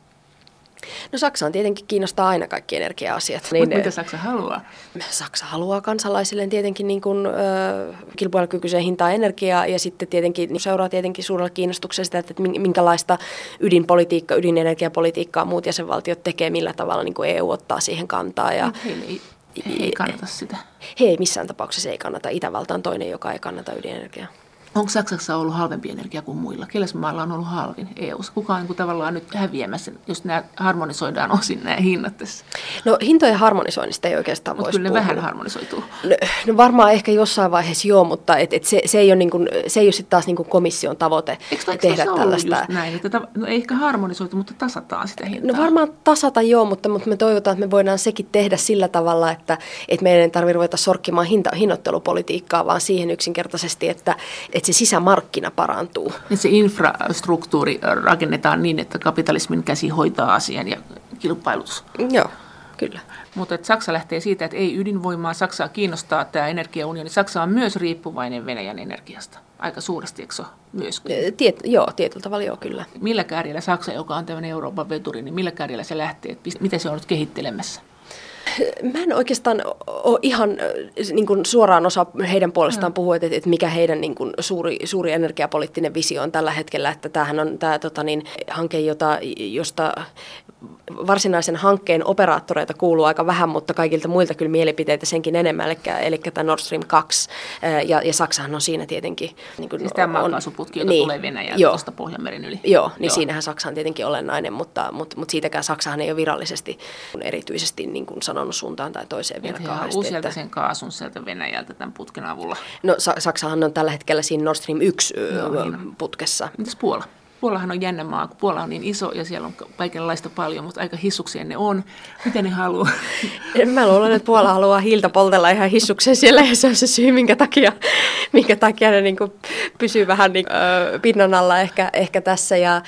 No Saksaan tietenkin kiinnostaa aina kaikki energia-asiat. Niin, mitä Saksa haluaa? Saksa haluaa kansalaisilleen tietenkin niin kuin, ö, kilpailukykyiseen hintaan energiaa ja sitten tietenkin niin seuraa tietenkin suurella kiinnostuksella sitä, että minkälaista ydinpolitiikkaa, ydinenergiapolitiikkaa muut jäsenvaltiot tekee, millä tavalla niin kuin E U ottaa siihen kantaa. Ja, heille ei, he ei kannata sitä. He ei missään tapauksessa ei kannata. Itävalta on toinen, joka ei kannata ydinenergiaa. Onko Saksassa ollut halvempi energia kuin muilla? Kelles maalla on ollut halvin E U:ssa? Kuka on niin kuin tavallaan nyt häviämässä, jos nämä harmonisoidaan osin nämä hinnat tässä? No hintojen harmonisoinnista ei oikeastaan Mut voisi puhua. Mutta kyllä ne vähän harmonisoituu. No, no varmaan ehkä jossain vaiheessa joo, mutta et, et se, se ei ole, niin kuin, se ei ole sitten taas niin kuin komission tavoite eikö tehdä se tällaista. Just näin, että no ei ehkä harmonisoitu, mutta tasataan sitä hintaa. No varmaan tasata joo, mutta, mutta me toivotaan, että me voidaan sekin tehdä sillä tavalla, että, että meidän ei tarvitse ruveta sorkkimaan hinta, hinnoittelupolitiikkaa, vaan siihen yksinkertaisesti, että, että se sisämarkkina parantuu. Että se infrastruktuuri rakennetaan niin, että kapitalismin käsi hoitaa asian ja kilpailutus. Joo, kyllä. Mutta Saksa lähtee siitä, että ei ydinvoimaa. Saksaa kiinnostaa tämä energiaunioni. Saksa on myös riippuvainen Venäjän energiasta. Aika suuresti, eikö se ole myöskin? Tiet, joo, tietyllä tavalla joo, kyllä. Millä kärjellä Saksa, joka on tämmöinen Euroopan veturi, niin millä kärjellä se lähtee? Miten se on nyt kehittelemässä? Mä en oikeastaan ole ihan niin kuin suoraan osaa heidän puolestaan puhua, että, että mikä heidän niin kuin suuri, suuri energiapoliittinen visio on tällä hetkellä. Että tämähän on tämä tota niin, hanke, jota, josta varsinaisen hankkeen operaattoreita kuuluu aika vähän, mutta kaikilta muilta kyllä mielipiteitä senkin enemmän, eli, eli tämä Nord Stream kaksi, ja, ja Saksahan on siinä tietenkin. Niin kuin siis tämä maakaasuputki, joka niin, tulee Venäjältä tuosta Pohjanmeren yli. Joo, niin joo. Siinähän Saksa on tietenkin olennainen, mutta, mutta, mutta siitäkään Saksahan ei ole virallisesti erityisesti niin kuin sanonut suuntaan tai toiseen vielä kauheasti. He sieltä sen kaasun sieltä Venäjältä tämän putken avulla. No Saksahan on tällä hetkellä siinä Nord Stream yksi putkessa. Mitäs Puola? Puolahan on jännä maa, kun Puola on niin iso ja siellä on kaikenlaista paljon, mutta aika hissuksia ne on. Mitä ne haluaa? Mä luulen, että Puola haluaa hiiltä poltella ihan hissukseen siellä ja se on se syy, minkä takia, minkä takia ne niin kuin pysyy vähän niin, ö, pinnan alla ehkä, ehkä tässä. Ja,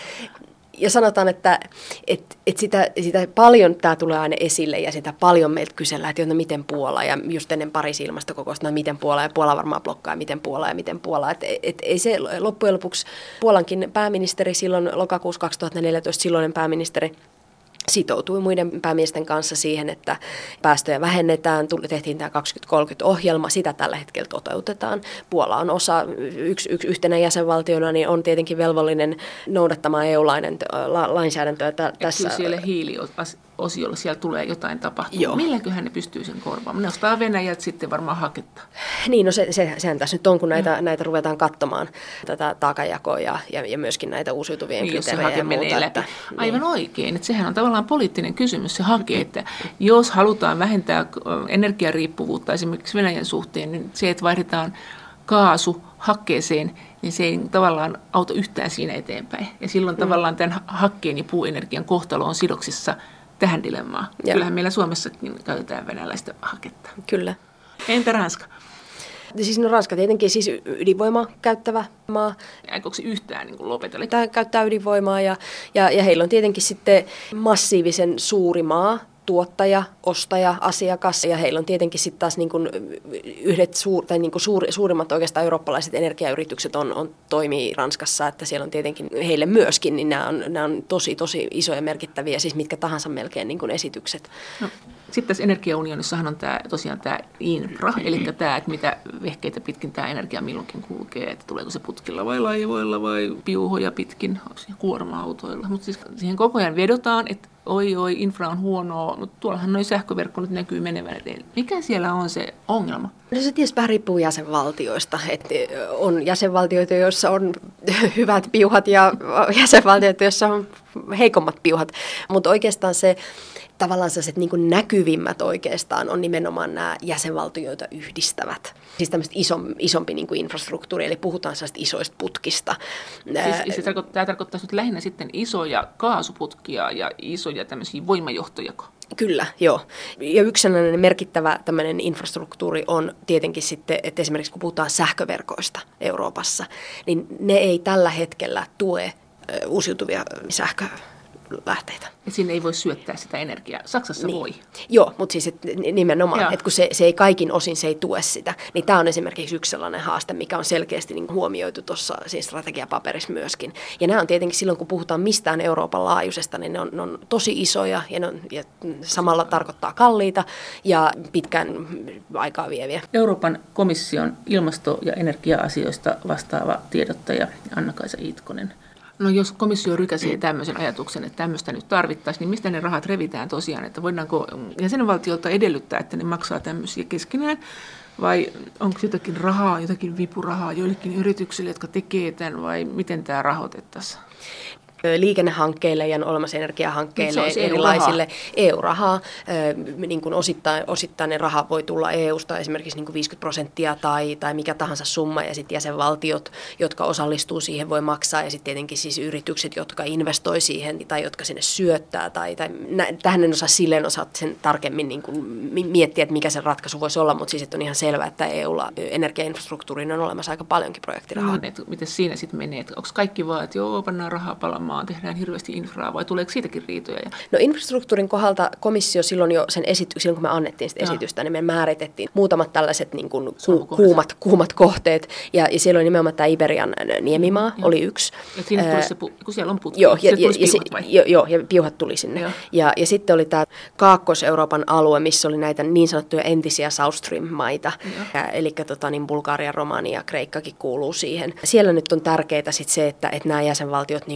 ja sanotaan, että et, et sitä, sitä paljon tämä tulee aina esille ja sitä paljon meiltä kysellään, että no, miten Puola ja just ennen Pariisin ilmastokokousta, no, miten Puola ja Puola varmaan blokkaa, miten Puola ja miten Puola. Et, et, ei se loppujen lopuksi Puolankin pääministeri silloin lokakuussa kaksituhattaneljätoista, silloinen pääministeri, sitoutui muiden päämiesten kanssa siihen, että päästöjä vähennetään, tehtiin tämä kaksituhattakolmekymmentä-ohjelma, sitä tällä hetkellä toteutetaan. Puola on osa, yksi, yksi yhtenä jäsenvaltiona, niin on tietenkin velvollinen noudattamaan E U-lainsäädäntöä tässä. Kyllä siellä hiiliosiolla siellä tulee jotain tapahtua. Milläköhän ne pystyy sen korvaamaan? Ne ostaa Venäjältä sitten varmaan haketta. Niin, no se, se, sehän tässä nyt on, kun näitä, mm. näitä ruvetaan katsomaan, tätä taakanjakoa ja, ja, ja myöskin näitä uusiutuvien niin, kriteerejä ja muuta. Että, aivan niin. Oikein, että sehän on tavallaan poliittinen kysymys se hake, että jos halutaan vähentää energiariippuvuutta esimerkiksi Venäjän suhteen, niin se, että vaihdetaan kaasu hakkeeseen, niin se ei tavallaan auta yhtään siinä eteenpäin. Ja silloin mm. tavallaan tämän hakkeen ja puuenergian kohtalo on sidoksissa tähän dilemmaan. Ja. Kyllähän meillä Suomessakin käytetään venäläistä haketta. Kyllä. Entä Ranska? Siis no Ranska tietenkin siis ydinvoimaa käyttävä maa. Aikooko se yhtään niin lopetella? Tämä käyttää ydinvoimaa ja, ja, ja heillä on tietenkin sitten massiivisen suuri maa, tuottaja, ostaja, asiakas ja heillä on tietenkin sitten taas niin kuin yhdet suur, tai niin kuin suur, suurimmat oikeastaan eurooppalaiset energiayritykset on, on toimii Ranskassa, että siellä on tietenkin heille myöskin, niin nämä on, nämä on tosi tosi isoja merkittäviä, siis mitkä tahansa melkein niin kuin esitykset. No. Sitten tässä energiaunionissahan on tämä, tosiaan tämä infra, eli tämä, että mitä vehkeitä pitkin tämä energia milloinkin kulkee, että tuleeko se putkilla vai laivoilla vai piuhoja pitkin kuorma-autoilla. Mutta siis siihen koko ajan vedotaan, että oi oi, infra on huonoa, mutta tuollahan noin sähköverkko nyt näkyy menevän eteen. Mikä siellä on se ongelma? No se tietysti vähän riippuu jäsenvaltioista, että on jäsenvaltioita, joissa on hyvät piuhat ja jäsenvaltioita, joissa on heikommat piuhat, mutta oikeastaan se tavallaan sellaiset niin kuin näkyvimmät oikeastaan on nimenomaan nämä jäsenvaltioita yhdistävät. Siis tämmöistä isom, isompi niin kuin infrastruktuuri, eli puhutaan sellaista isoista putkista. Siis, se tarkoittaa, tämä tarkoittaa nyt lähinnä sitten isoja kaasuputkia ja isoja tämmöisiä voimajohtoja. Kyllä, joo. Ja yksi sellainen merkittävä tämmöinen infrastruktuuri on tietenkin sitten, että esimerkiksi kun puhutaan sähköverkoista Euroopassa, niin ne ei tällä hetkellä tue uusiutuvia sähkölähteitä. Ja sinne ei voi syöttää sitä energiaa. Saksassa niin. voi. Joo, mutta siis et nimenomaan, että kun se, se ei kaikin osin se ei tue sitä, niin tämä on esimerkiksi yksi sellainen haaste, mikä on selkeästi niin huomioitu tuossa siis strategiapaperissa myöskin. Ja nämä on tietenkin silloin, kun puhutaan mistään Euroopan laajuisesta, niin ne on, ne on tosi isoja ja, ne on, ja samalla tarkoittaa kalliita ja pitkän aikaa vieviä. Euroopan komission ilmasto- ja energia-asioista vastaava tiedottaja Anna-Kaisa Iitkonen. No jos komissio rykäsee tämmöisen ajatuksen, että tämmöistä nyt tarvittaisiin, niin mistä ne rahat revitään tosiaan? Että voidaanko jäsenvaltiolta edellyttää, että ne maksaa tämmöisiä keskenään? Vai onko jotakin rahaa, jotakin vipurahaa joillekin yrityksille, jotka tekee tämän, vai miten tämä rahoitettaisiin? Liikennehankkeille ja olemassa energiahankkeille erilaisille E U-rahaa. Niin kuin osittain, osittainen raha voi tulla E U:sta esimerkiksi niin kuin viisikymmentä prosenttia tai, tai mikä tahansa summa ja sitten jäsenvaltiot, jotka osallistuu siihen, voi maksaa ja sitten tietenkin siis yritykset, jotka investoi siihen tai jotka sinne syöttää. Tai, tai, tähän en osaa silleen osaa sen tarkemmin niin kuin miettiä, että mikä se ratkaisu voisi olla, mutta siis että on ihan selvää, että E U:lla energiainfrastruktuuriin on olemassa aika paljonkin projektirahaa. No, miten siinä sitten menee? Onko kaikki vaan, että joo, pannaan rahaa palamaan? Tehdään hirveästi infraa, vai tuleeko siitäkin riitoja? No infrastruktuurin kohdalta komissio silloin jo sen esityksen, silloin kun me annettiin sitä esitystä, niin me määritettiin muutamat tällaiset niin kuin ku, kuumat, kuumat kohteet, ja, ja siellä oli nimenomaan tämä Iberian niemimaa, ja. oli yksi. Ja siinä tulisi se, kun siellä on putki, joo, ja, ja, piuhat vai? Jo, joo, ja piuhat tuli sinne. Ja. Ja, ja sitten oli tämä Kaakkois-Euroopan alue, missä oli näitä niin sanottuja entisiä South Stream-maita, ja, eli tota, niin Bulgaria, Romania ja Kreikkakin kuuluu siihen. Siellä nyt on tärkeää sit se, että, että nämä jäsenvaltiot niin kuin kes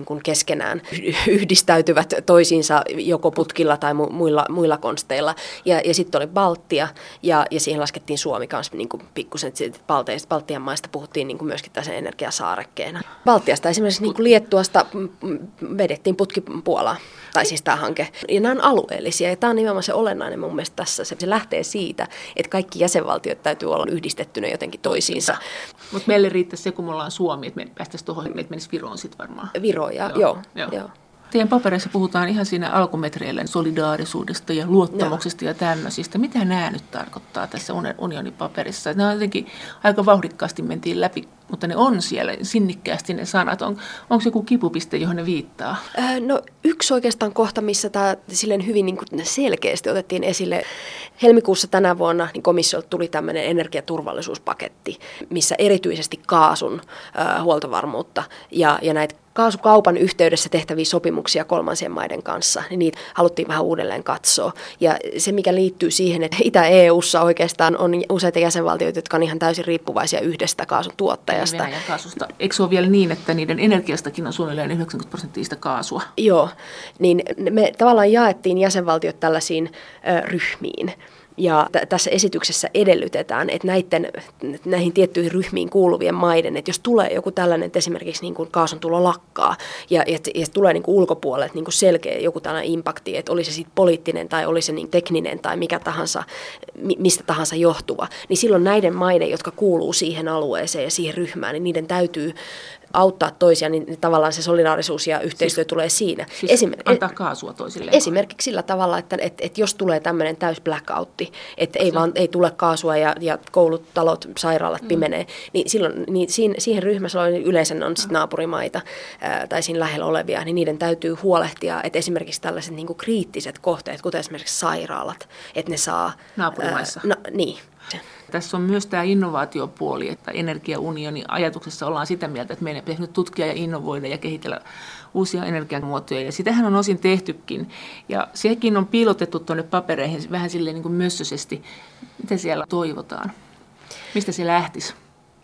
keskenään yhdistäytyvät toisiinsa joko putkilla tai mu- muilla, muilla konsteilla. Ja, ja sitten oli Baltia ja, ja siihen laskettiin Suomi kanssa niin pikkusen. Baltian maista puhuttiin niin kuin myöskin tässä energiasaarekkeena. Baltiasta esimerkiksi niin kuin Liettuasta vedettiin putki Puolaan. Tai siis tämä hanke. Ja nämä on alueellisia, ja tämä on nimenomaan se olennainen mun mielestä tässä. Se, se lähtee siitä, että kaikki jäsenvaltiot täytyy olla yhdistettynä jotenkin toisiinsa. Mutta meille riittäisi se, kun me ollaan Suomi, että me päästäisiin tuohon, että menisi Viroon sitten varmaan. Viro, ja, joo. joo, joo. joo. Teidän papereissa puhutaan ihan siinä alkumetreillä solidaarisuudesta ja luottamuksesta no. ja tämmöisistä. Mitä nämä nyt tarkoittaa tässä unionin paperissa? Nämä jotenkin aika vauhdikkaasti mentiin läpi, mutta ne on siellä sinnikkäästi ne sanat. On, onko joku kipupiste, johon ne viittaa? Äh, no yksi oikeastaan kohta, missä tämä silleen hyvin niin kuin selkeästi otettiin esille. Helmikuussa tänä vuonna niin komissiolta tuli tämmöinen energiaturvallisuuspaketti, missä erityisesti kaasun äh, huoltovarmuutta ja, ja näitä kaasukaupan yhteydessä tehtäviä sopimuksia kolmansien maiden kanssa, niin niitä haluttiin vähän uudelleen katsoa. Ja se, mikä liittyy siihen, että Itä-E U:ssa oikeastaan on useita jäsenvaltioita, jotka on ihan täysin riippuvaisia yhdestä kaasun tuottajasta. Venäjän kaasusta. Eikö se ole vielä niin, että niiden energiastakin on suunnilleen yhdeksänkymmentä prosenttia kaasua? Joo, niin me tavallaan jaettiin jäsenvaltiot tällaisiin ö, ryhmiin. Ja t- tässä esityksessä edellytetään, että näiden, näihin tiettyihin ryhmiin kuuluvien maiden, että jos tulee joku tällainen, että esimerkiksi niin kuin kaasun tulo lakkaa ja, ja, ja tulee niin kuin ulkopuolelle niin kuin selkeä joku tällainen impakti, että oli se sitten poliittinen tai oli se niin tekninen tai mikä tahansa, mistä tahansa johtuva, niin silloin näiden maiden, jotka kuuluu siihen alueeseen ja siihen ryhmään, niin niiden täytyy auttaa toisia, niin tavallaan se solidaarisuus ja yhteistyö siis, tulee siinä. Siis Esim- antaa kaasua toisilleen. Esimerkiksi sillä tavalla, että, että, että jos tulee tämmöinen täys blackoutti, että ei, vaan, ei tule kaasua ja, ja koulut, talot, sairaalat mm. pimenee, niin silloin niin siinä, siihen ryhmässä on yleensä on sit naapurimaita ää, tai siinä lähellä olevia, niin niiden täytyy huolehtia, että esimerkiksi tällaiset niin kuin kriittiset kohteet, kuten esimerkiksi sairaalat, että ne saa naapurimaissa. Ää, no, niin. Tässä on myös tämä innovaatiopuoli, että energiaunionin ajatuksessa ollaan sitä mieltä, että meidän pitäisi nyt tutkia ja innovoida ja kehitellä uusia energiamuotoja. Ja sitähän on osin tehtykin. Ja sekin on piilotettu tuonne papereihin vähän silleen niin kuin mössöisesti. Mitä siellä toivotaan? Mistä se lähtisi?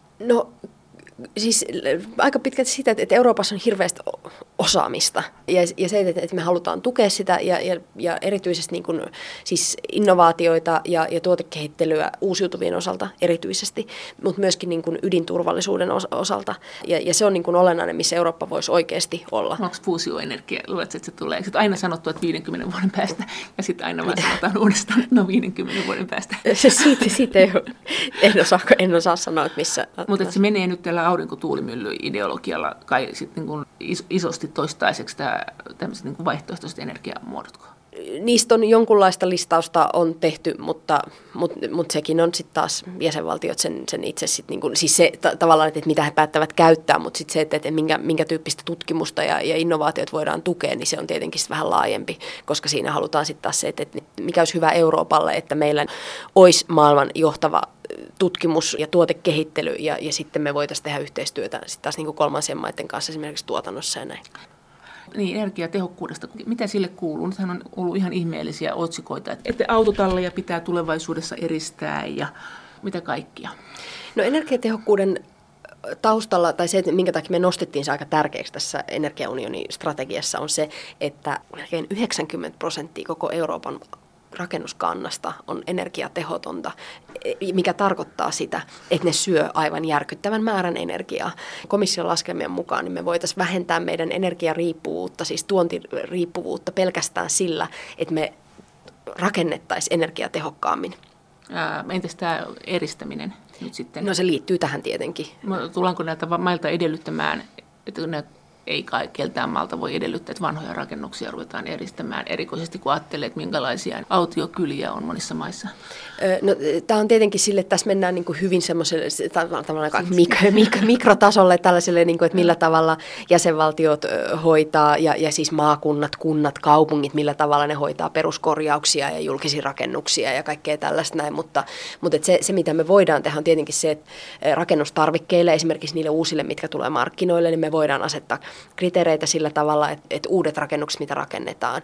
No siis aika pitkälti sitä, että Euroopassa on hirveästi osaamista ja, ja se, että me halutaan tukea sitä ja, ja, ja erityisesti niin kuin, siis innovaatioita ja, ja tuotekehittelyä uusiutuvien osalta erityisesti, mutta myöskin niin kuin ydinturvallisuuden osalta ja, ja se on niin kuin olennainen, missä Eurooppa voisi oikeasti olla. Onko fuusioenergia, luuletko, että se tulee? Sitten aina sanottu, että viidenkymmenen vuoden päästä ja sitten aina vaan sanotaan uudestaan, että no viidenkymmenen vuoden päästä. Se siitä, siitä ei ole, en, osaa, en osaa sanoa, että missä. Mutta se menee nyt tällä aurinkotuulimylly-ideologialla kai sitten niin isosti toistaiseksi tämä tämmöiset niin vaihtoehtoiset energiamuodot? Niistä on jonkunlaista listausta on tehty, mutta, mutta, mutta sekin on sitten taas jäsenvaltiot sen, sen itse sitten, niin kuin, siis se ta- tavallaan, että mitä he päättävät käyttää, mutta sitten se, että, että minkä, minkä tyyppistä tutkimusta ja, ja innovaatiot voidaan tukea, niin se on tietenkin vähän laajempi, koska siinä halutaan sitten taas se, että, että mikä olisi hyvä Euroopalle, että meillä olisi maailman johtava tutkimus ja tuotekehittely ja, ja sitten me voitaisiin tehdä yhteistyötä sitten taas niin kuin kolmansien maiden kanssa esimerkiksi tuotannossa ja näin. Niin, energiatehokkuudesta. Mitä sille kuuluu? Nythän on ollut ihan ihmeellisiä otsikoita, että autotalleja pitää tulevaisuudessa eristää ja mitä kaikkia. No energiatehokkuuden taustalla, tai se, että minkä takia me nostettiin se aika tärkeäksi tässä energiaunionin strategiassa, on se, että melkein yhdeksänkymmentä prosenttia koko Euroopan rakennuskannasta on energiatehotonta, mikä tarkoittaa sitä, että ne syö aivan järkyttävän määrän energiaa. Komission laskelmien mukaan niin me voitaisiin vähentää meidän energiariippuvuutta, siis tuontiriippuvuutta pelkästään sillä, että me rakennettaisiin energiatehokkaammin. Ää, entäs tämä eristäminen nyt sitten? No se liittyy tähän tietenkin. Tullaanko näiltä mailta edellyttämään, että ne ei kai keltään maalta voi edellyttää, että vanhoja rakennuksia ruvetaan eristämään, erikoisesti kun ajattelee, että minkälaisia autiokyliä on monissa maissa? No, tämä on tietenkin sille, että tässä mennään niin kuin hyvin semmoiselle mik- mik- mikrotasolle, tällaiselle, niin kuin, että millä tavalla jäsenvaltiot hoitaa, ja, ja siis maakunnat, kunnat, kaupungit, millä tavalla ne hoitaa peruskorjauksia ja julkisia rakennuksia ja kaikkea tällaista näin, mutta, mutta se, se, mitä me voidaan tehdä, on tietenkin se, että rakennustarvikkeille, esimerkiksi niille uusille, mitkä tulee markkinoille, niin me voidaan asettaa kriteereitä sillä tavalla, että, että uudet rakennukset, mitä rakennetaan,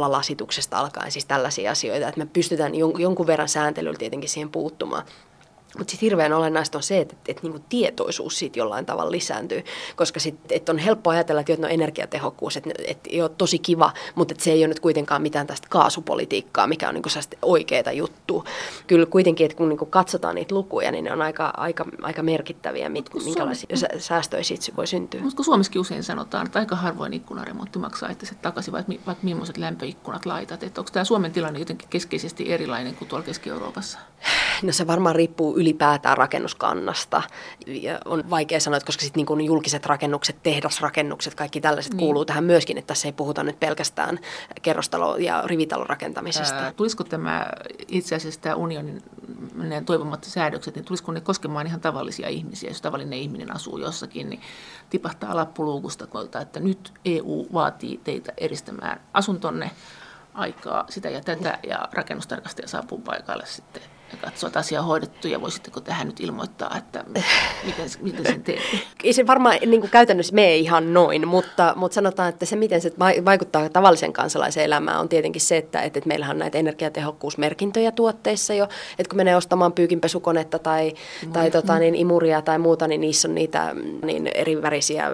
tuplalasituksesta alkaen, siis tällaisia asioita, että me pystytään jonkun verran sääntelyllä tietenkin siihen puuttumaan. Mutta sitten hirveän olennaista on se, että, että, että niinku tietoisuus siitä jollain tavalla lisääntyy, koska sitten on helppo ajatella, että no energiatehokkuus, että, että ei ole tosi kiva, mutta että se ei ole nyt kuitenkaan mitään tästä kaasupolitiikkaa, mikä on niinku oikeaa juttua. Kyllä kuitenkin, että kun niinku katsotaan niitä lukuja, niin ne on aika, aika, aika merkittäviä, minkälaisia Suomi... säästöjä siitä voi syntyä. Mutta kun Suomessakin usein sanotaan, että aika harvoin ikkunaremontti maksaa itse takaisin, vaikka, vaikka millaiset lämpöikkunat laitat, että onko tämä Suomen tilanne jotenkin keskeisesti erilainen kuin tuolla Keski-Euroopassa? No se varmaan riippuu ylipäätään rakennuskannasta. Ja on vaikea sanoa, että koska sitten niin kuin julkiset rakennukset, tehdasrakennukset, kaikki tällaiset niin kuuluu tähän myöskin, että tässä ei puhuta nyt pelkästään kerrostalo- ja rivitalon rakentamisesta. Ää, tulisiko tämä itse asiassa tämä unionin toivomat säädökset, niin tulisiko ne koskemaan ihan tavallisia ihmisiä, jos tavallinen ihminen asuu jossakin, niin tipahtaa lappuluukusta, että nyt E U vaatii teitä eristämään asuntonne aikaa sitä ja tätä, ja rakennustarkastaja saapuu paikalle sitten ja katsoo, että asia on hoidettu, ja voisitteko tähän nyt ilmoittaa, että miten, miten sen teette? Ei se varmaan niin kuin käytännössä mene ihan noin, mutta, mutta sanotaan, että se miten se vaikuttaa tavallisen kansalaisen elämään on tietenkin se, että, että meillähän on näitä energiatehokkuusmerkintöjä tuotteissa jo, että kun menee ostamaan pyykinpesukonetta tai, tai tota, niin, imuria tai muuta, niin niissä on niitä niin eri värisiä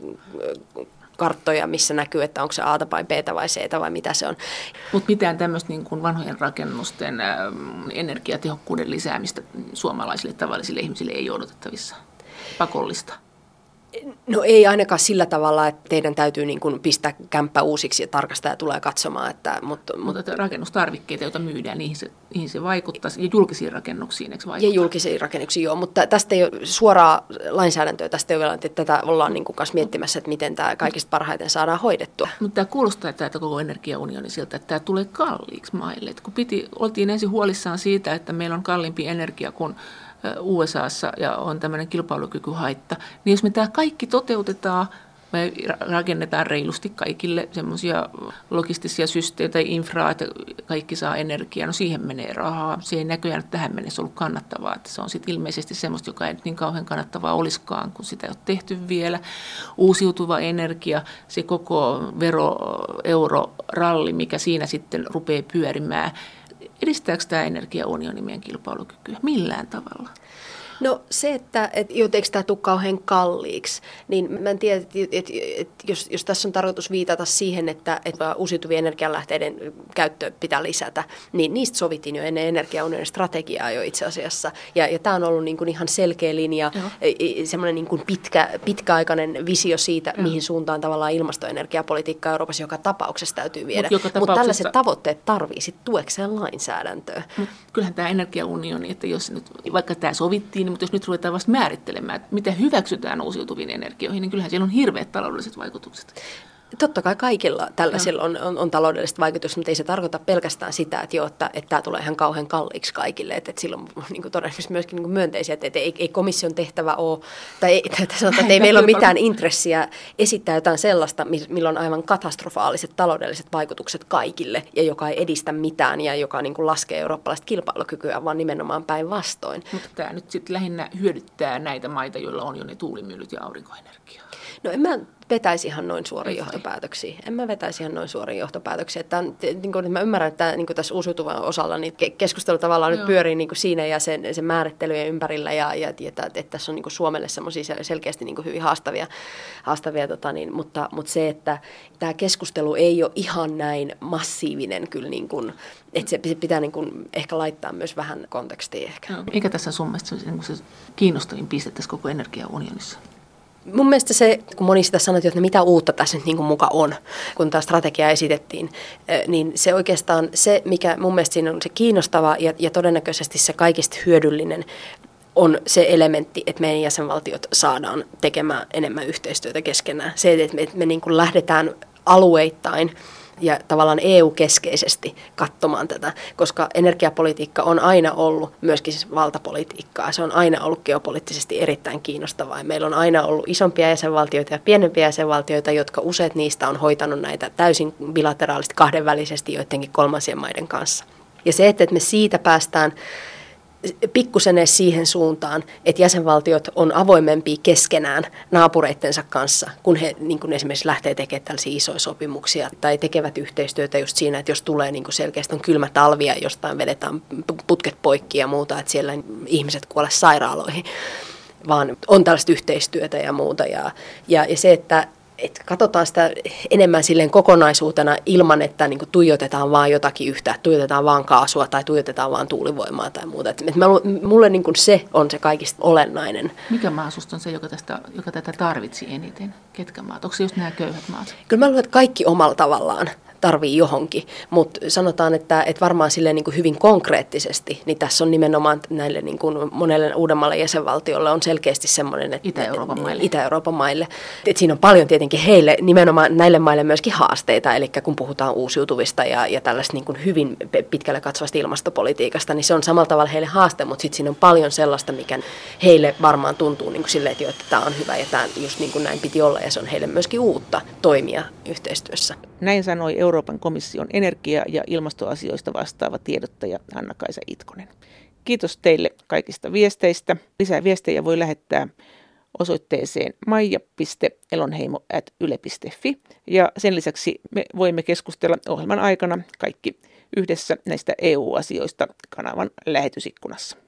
karttoja, missä näkyy, että onko se A vai B vai C vai mitä se on. Mutta mitään tämmöistä niin kuin vanhojen rakennusten ä, energiatehokkuuden lisäämistä suomalaisille tavallisille ihmisille ei ole odotettavissa pakollista? No ei ainakaan sillä tavalla, että teidän täytyy niin kuin pistää kämppä uusiksi ja tarkastaja tulee katsomaan. Että, mutta, mutta että rakennustarvikkeita, joita myydään, niihin se, niihin se vaikuttaa. Ja julkisiin rakennuksiin, eikö vaikuttaa? Ja julkisiin rakennuksiin, joo. Mutta tästä ei ole suoraa lainsäädäntöä. Tästä ei ole, että tätä ollaan niin kuin kanssa miettimässä, että miten tämä kaikista parhaiten saadaan hoidettua. Mutta tämä kuulostaa, että tämä koko energiaunioni siltä, että tämä tulee kalliiksi maille. Et kun piti, oltiin ensin huolissaan siitä, että meillä on kalliimpi energia kuin U S A:ssa ja on tämmöinen kilpailukykyhaitta, niin jos me tämä kaikki toteutetaan, me rakennetaan reilusti kaikille semmoisia logistisia systeemejä tai infraa, että kaikki saa energiaa, no siihen menee rahaa. Se ei näköjään tähän mennessä ollut kannattavaa, että se on sitten ilmeisesti semmoista, joka ei nyt niin kauhean kannattavaa olisikaan, kun sitä ei ole tehty vielä. Uusiutuva energia, se koko vero-euro-ralli, mikä siinä sitten rupeaa pyörimään. Edistääkö tämä energiaunioni meidän kilpailukykyä millään tavalla? No se, että et, jotenkin tämä tule kauhean kalliiksi, niin mä en tiedä, että et, et, jos, jos tässä on tarkoitus viitata siihen, että et uusiutuvien energianlähteiden käyttö pitää lisätä, niin niistä sovittiin jo ennen energiaunionin strategiaa jo itse asiassa. Ja, ja tämä on ollut niin kuin ihan selkeä linja, semmoinen niin kuin pitkä, pitkäaikainen visio siitä, Joo. mihin suuntaan tavallaan ilmastoenergiapolitiikkaa Euroopassa joka tapauksessa täytyy viedä. Mutta tapauksessa... tällaiset tavoitteet tarvii sitten tuekseen lainsäädäntöä. Mut kyllähän tämä energiaunioni, että jos nyt, vaikka tämä sovittiin, mutta jos nyt ruvetaan vasta määrittelemään, että mitä hyväksytään uusiutuviin energioihin, niin kyllähän siellä on hirveät taloudelliset vaikutukset. Totta kai kaikilla tällaisilla on, on, on taloudelliset vaikutukset, mutta ei se tarkoita pelkästään sitä, että, jo, että, että tämä tulee ihan kauhean kalliiksi kaikille. Että, että sillä on niin kuin todennäköisesti myöskin niin kuin myönteisiä, että, että ei, ei komission tehtävä ole, tai ei, että sanotaan, että ei meillä ole mitään intressiä esittää jotain sellaista, millä on aivan katastrofaaliset taloudelliset vaikutukset kaikille, ja joka ei edistä mitään, ja joka niin kuin laskee eurooppalaista kilpailukykyä, vaan nimenomaan päinvastoin. Mutta tämä nyt sitten lähinnä hyödyttää näitä maita, joilla on jo ne tuulimyllyt ja aurinkoenergia. No en mä vetäisi ihan noin suoria johtopäätöksiä. En mä vetäisi ihan noin suoria johtopäätöksiä. Että, niin kuin, mä ymmärrän, että niin kuin tässä uusiutuvan osalla niin keskustelu tavallaan Joo. nyt pyörii niin kuin siinä ja sen, sen määrittelyjen ympärillä. Ja, ja että, että tässä on niin kuin Suomelle semmoisia selkeästi niin kuin hyvin haastavia. haastavia tota niin, mutta, mutta se, että tämä keskustelu ei ole ihan näin massiivinen kyllä, niin kuin, että se pitää niin kuin ehkä laittaa myös vähän kontekstiin ehkä. No, eikä tässä sun mielestä se, niin se kiinnostavin piste tässä koko energiaunionissa? Mun mielestä se, kun moni sitä sanoi, että mitä uutta tässä nyt niin kuin muka on, kun tämä strategia esitettiin, niin se oikeastaan se, mikä mun mielestä siinä on se kiinnostava ja, ja todennäköisesti se kaikista hyödyllinen, on se elementti, että meidän jäsenvaltiot saadaan tekemään enemmän yhteistyötä keskenään. Se, että me, että me niin kuin lähdetään alueittain ja tavallaan E U-keskeisesti katsomaan tätä, koska energiapolitiikka on aina ollut myöskin siis valtapolitiikkaa. Se on aina ollut geopoliittisesti erittäin kiinnostavaa. Meillä on aina ollut isompia jäsenvaltioita ja pienempiä jäsenvaltioita, jotka useat niistä on hoitanut näitä täysin bilateraalisesti kahdenvälisesti joidenkin kolmansien maiden kanssa. Ja se, että me siitä päästään pikkusen edes siihen suuntaan, että jäsenvaltiot on avoimempia keskenään naapureittensa kanssa, kun he niin kuin esimerkiksi lähtee tekemään tällaisia isoja sopimuksia tai tekevät yhteistyötä just siinä, että jos tulee niin kuin selkeästi on kylmä talvi ja jostain vedetään putket poikki ja muuta, että siellä ihmiset kuole sairaaloihin, vaan on tällaista yhteistyötä ja muuta. Ja, ja, ja se, että et katsotaan sitä enemmän silleen kokonaisuutena ilman, että niinku tuijotetaan vaan jotakin yhtä, tuijotetaan vaan kaasua tai tuijotetaan vaan tuulivoimaa tai muuta. Et mulle niinku se on se kaikista olennainen. Mikä maa susta on se, joka, tästä, joka tätä tarvitsi eniten? Ketkä maat? Onko se just nämä köyhät maat? Kyllä mä luulen, että kaikki omalla tavallaan tarvii johonkin, mutta sanotaan, että, että varmaan silleen niin kuin hyvin konkreettisesti, niin tässä on nimenomaan näille niin kuin monelle uudemmalle jäsenvaltiolle on selkeästi semmoinen, että Itä-Euroopan maille. Itä-Euroopan maille. Että siinä on paljon tietenkin heille, nimenomaan näille maille myöskin haasteita, eli kun puhutaan uusiutuvista ja, ja tällaista niin kuin hyvin pitkälle katsovasta ilmastopolitiikasta, niin se on samalla tavalla heille haaste, mutta sitten siinä on paljon sellaista, mikä heille varmaan tuntuu niin kuin silleen, että, jo, että tämä on hyvä ja tämä just niin kuin näin piti olla, ja se on heille myöskin uutta toimia yhteistyössä. Näin sanoi Euroopan komission energia- ja ilmastoasioista vastaava tiedottaja Anna-Kaisa Itkonen. Kiitos teille kaikista viesteistä. Lisää viestejä voi lähettää osoitteeseen maija piste elonheimo ät yle piste fi. Ja sen lisäksi me voimme keskustella ohjelman aikana kaikki yhdessä näistä E U-asioista kanavan lähetysikkunassa.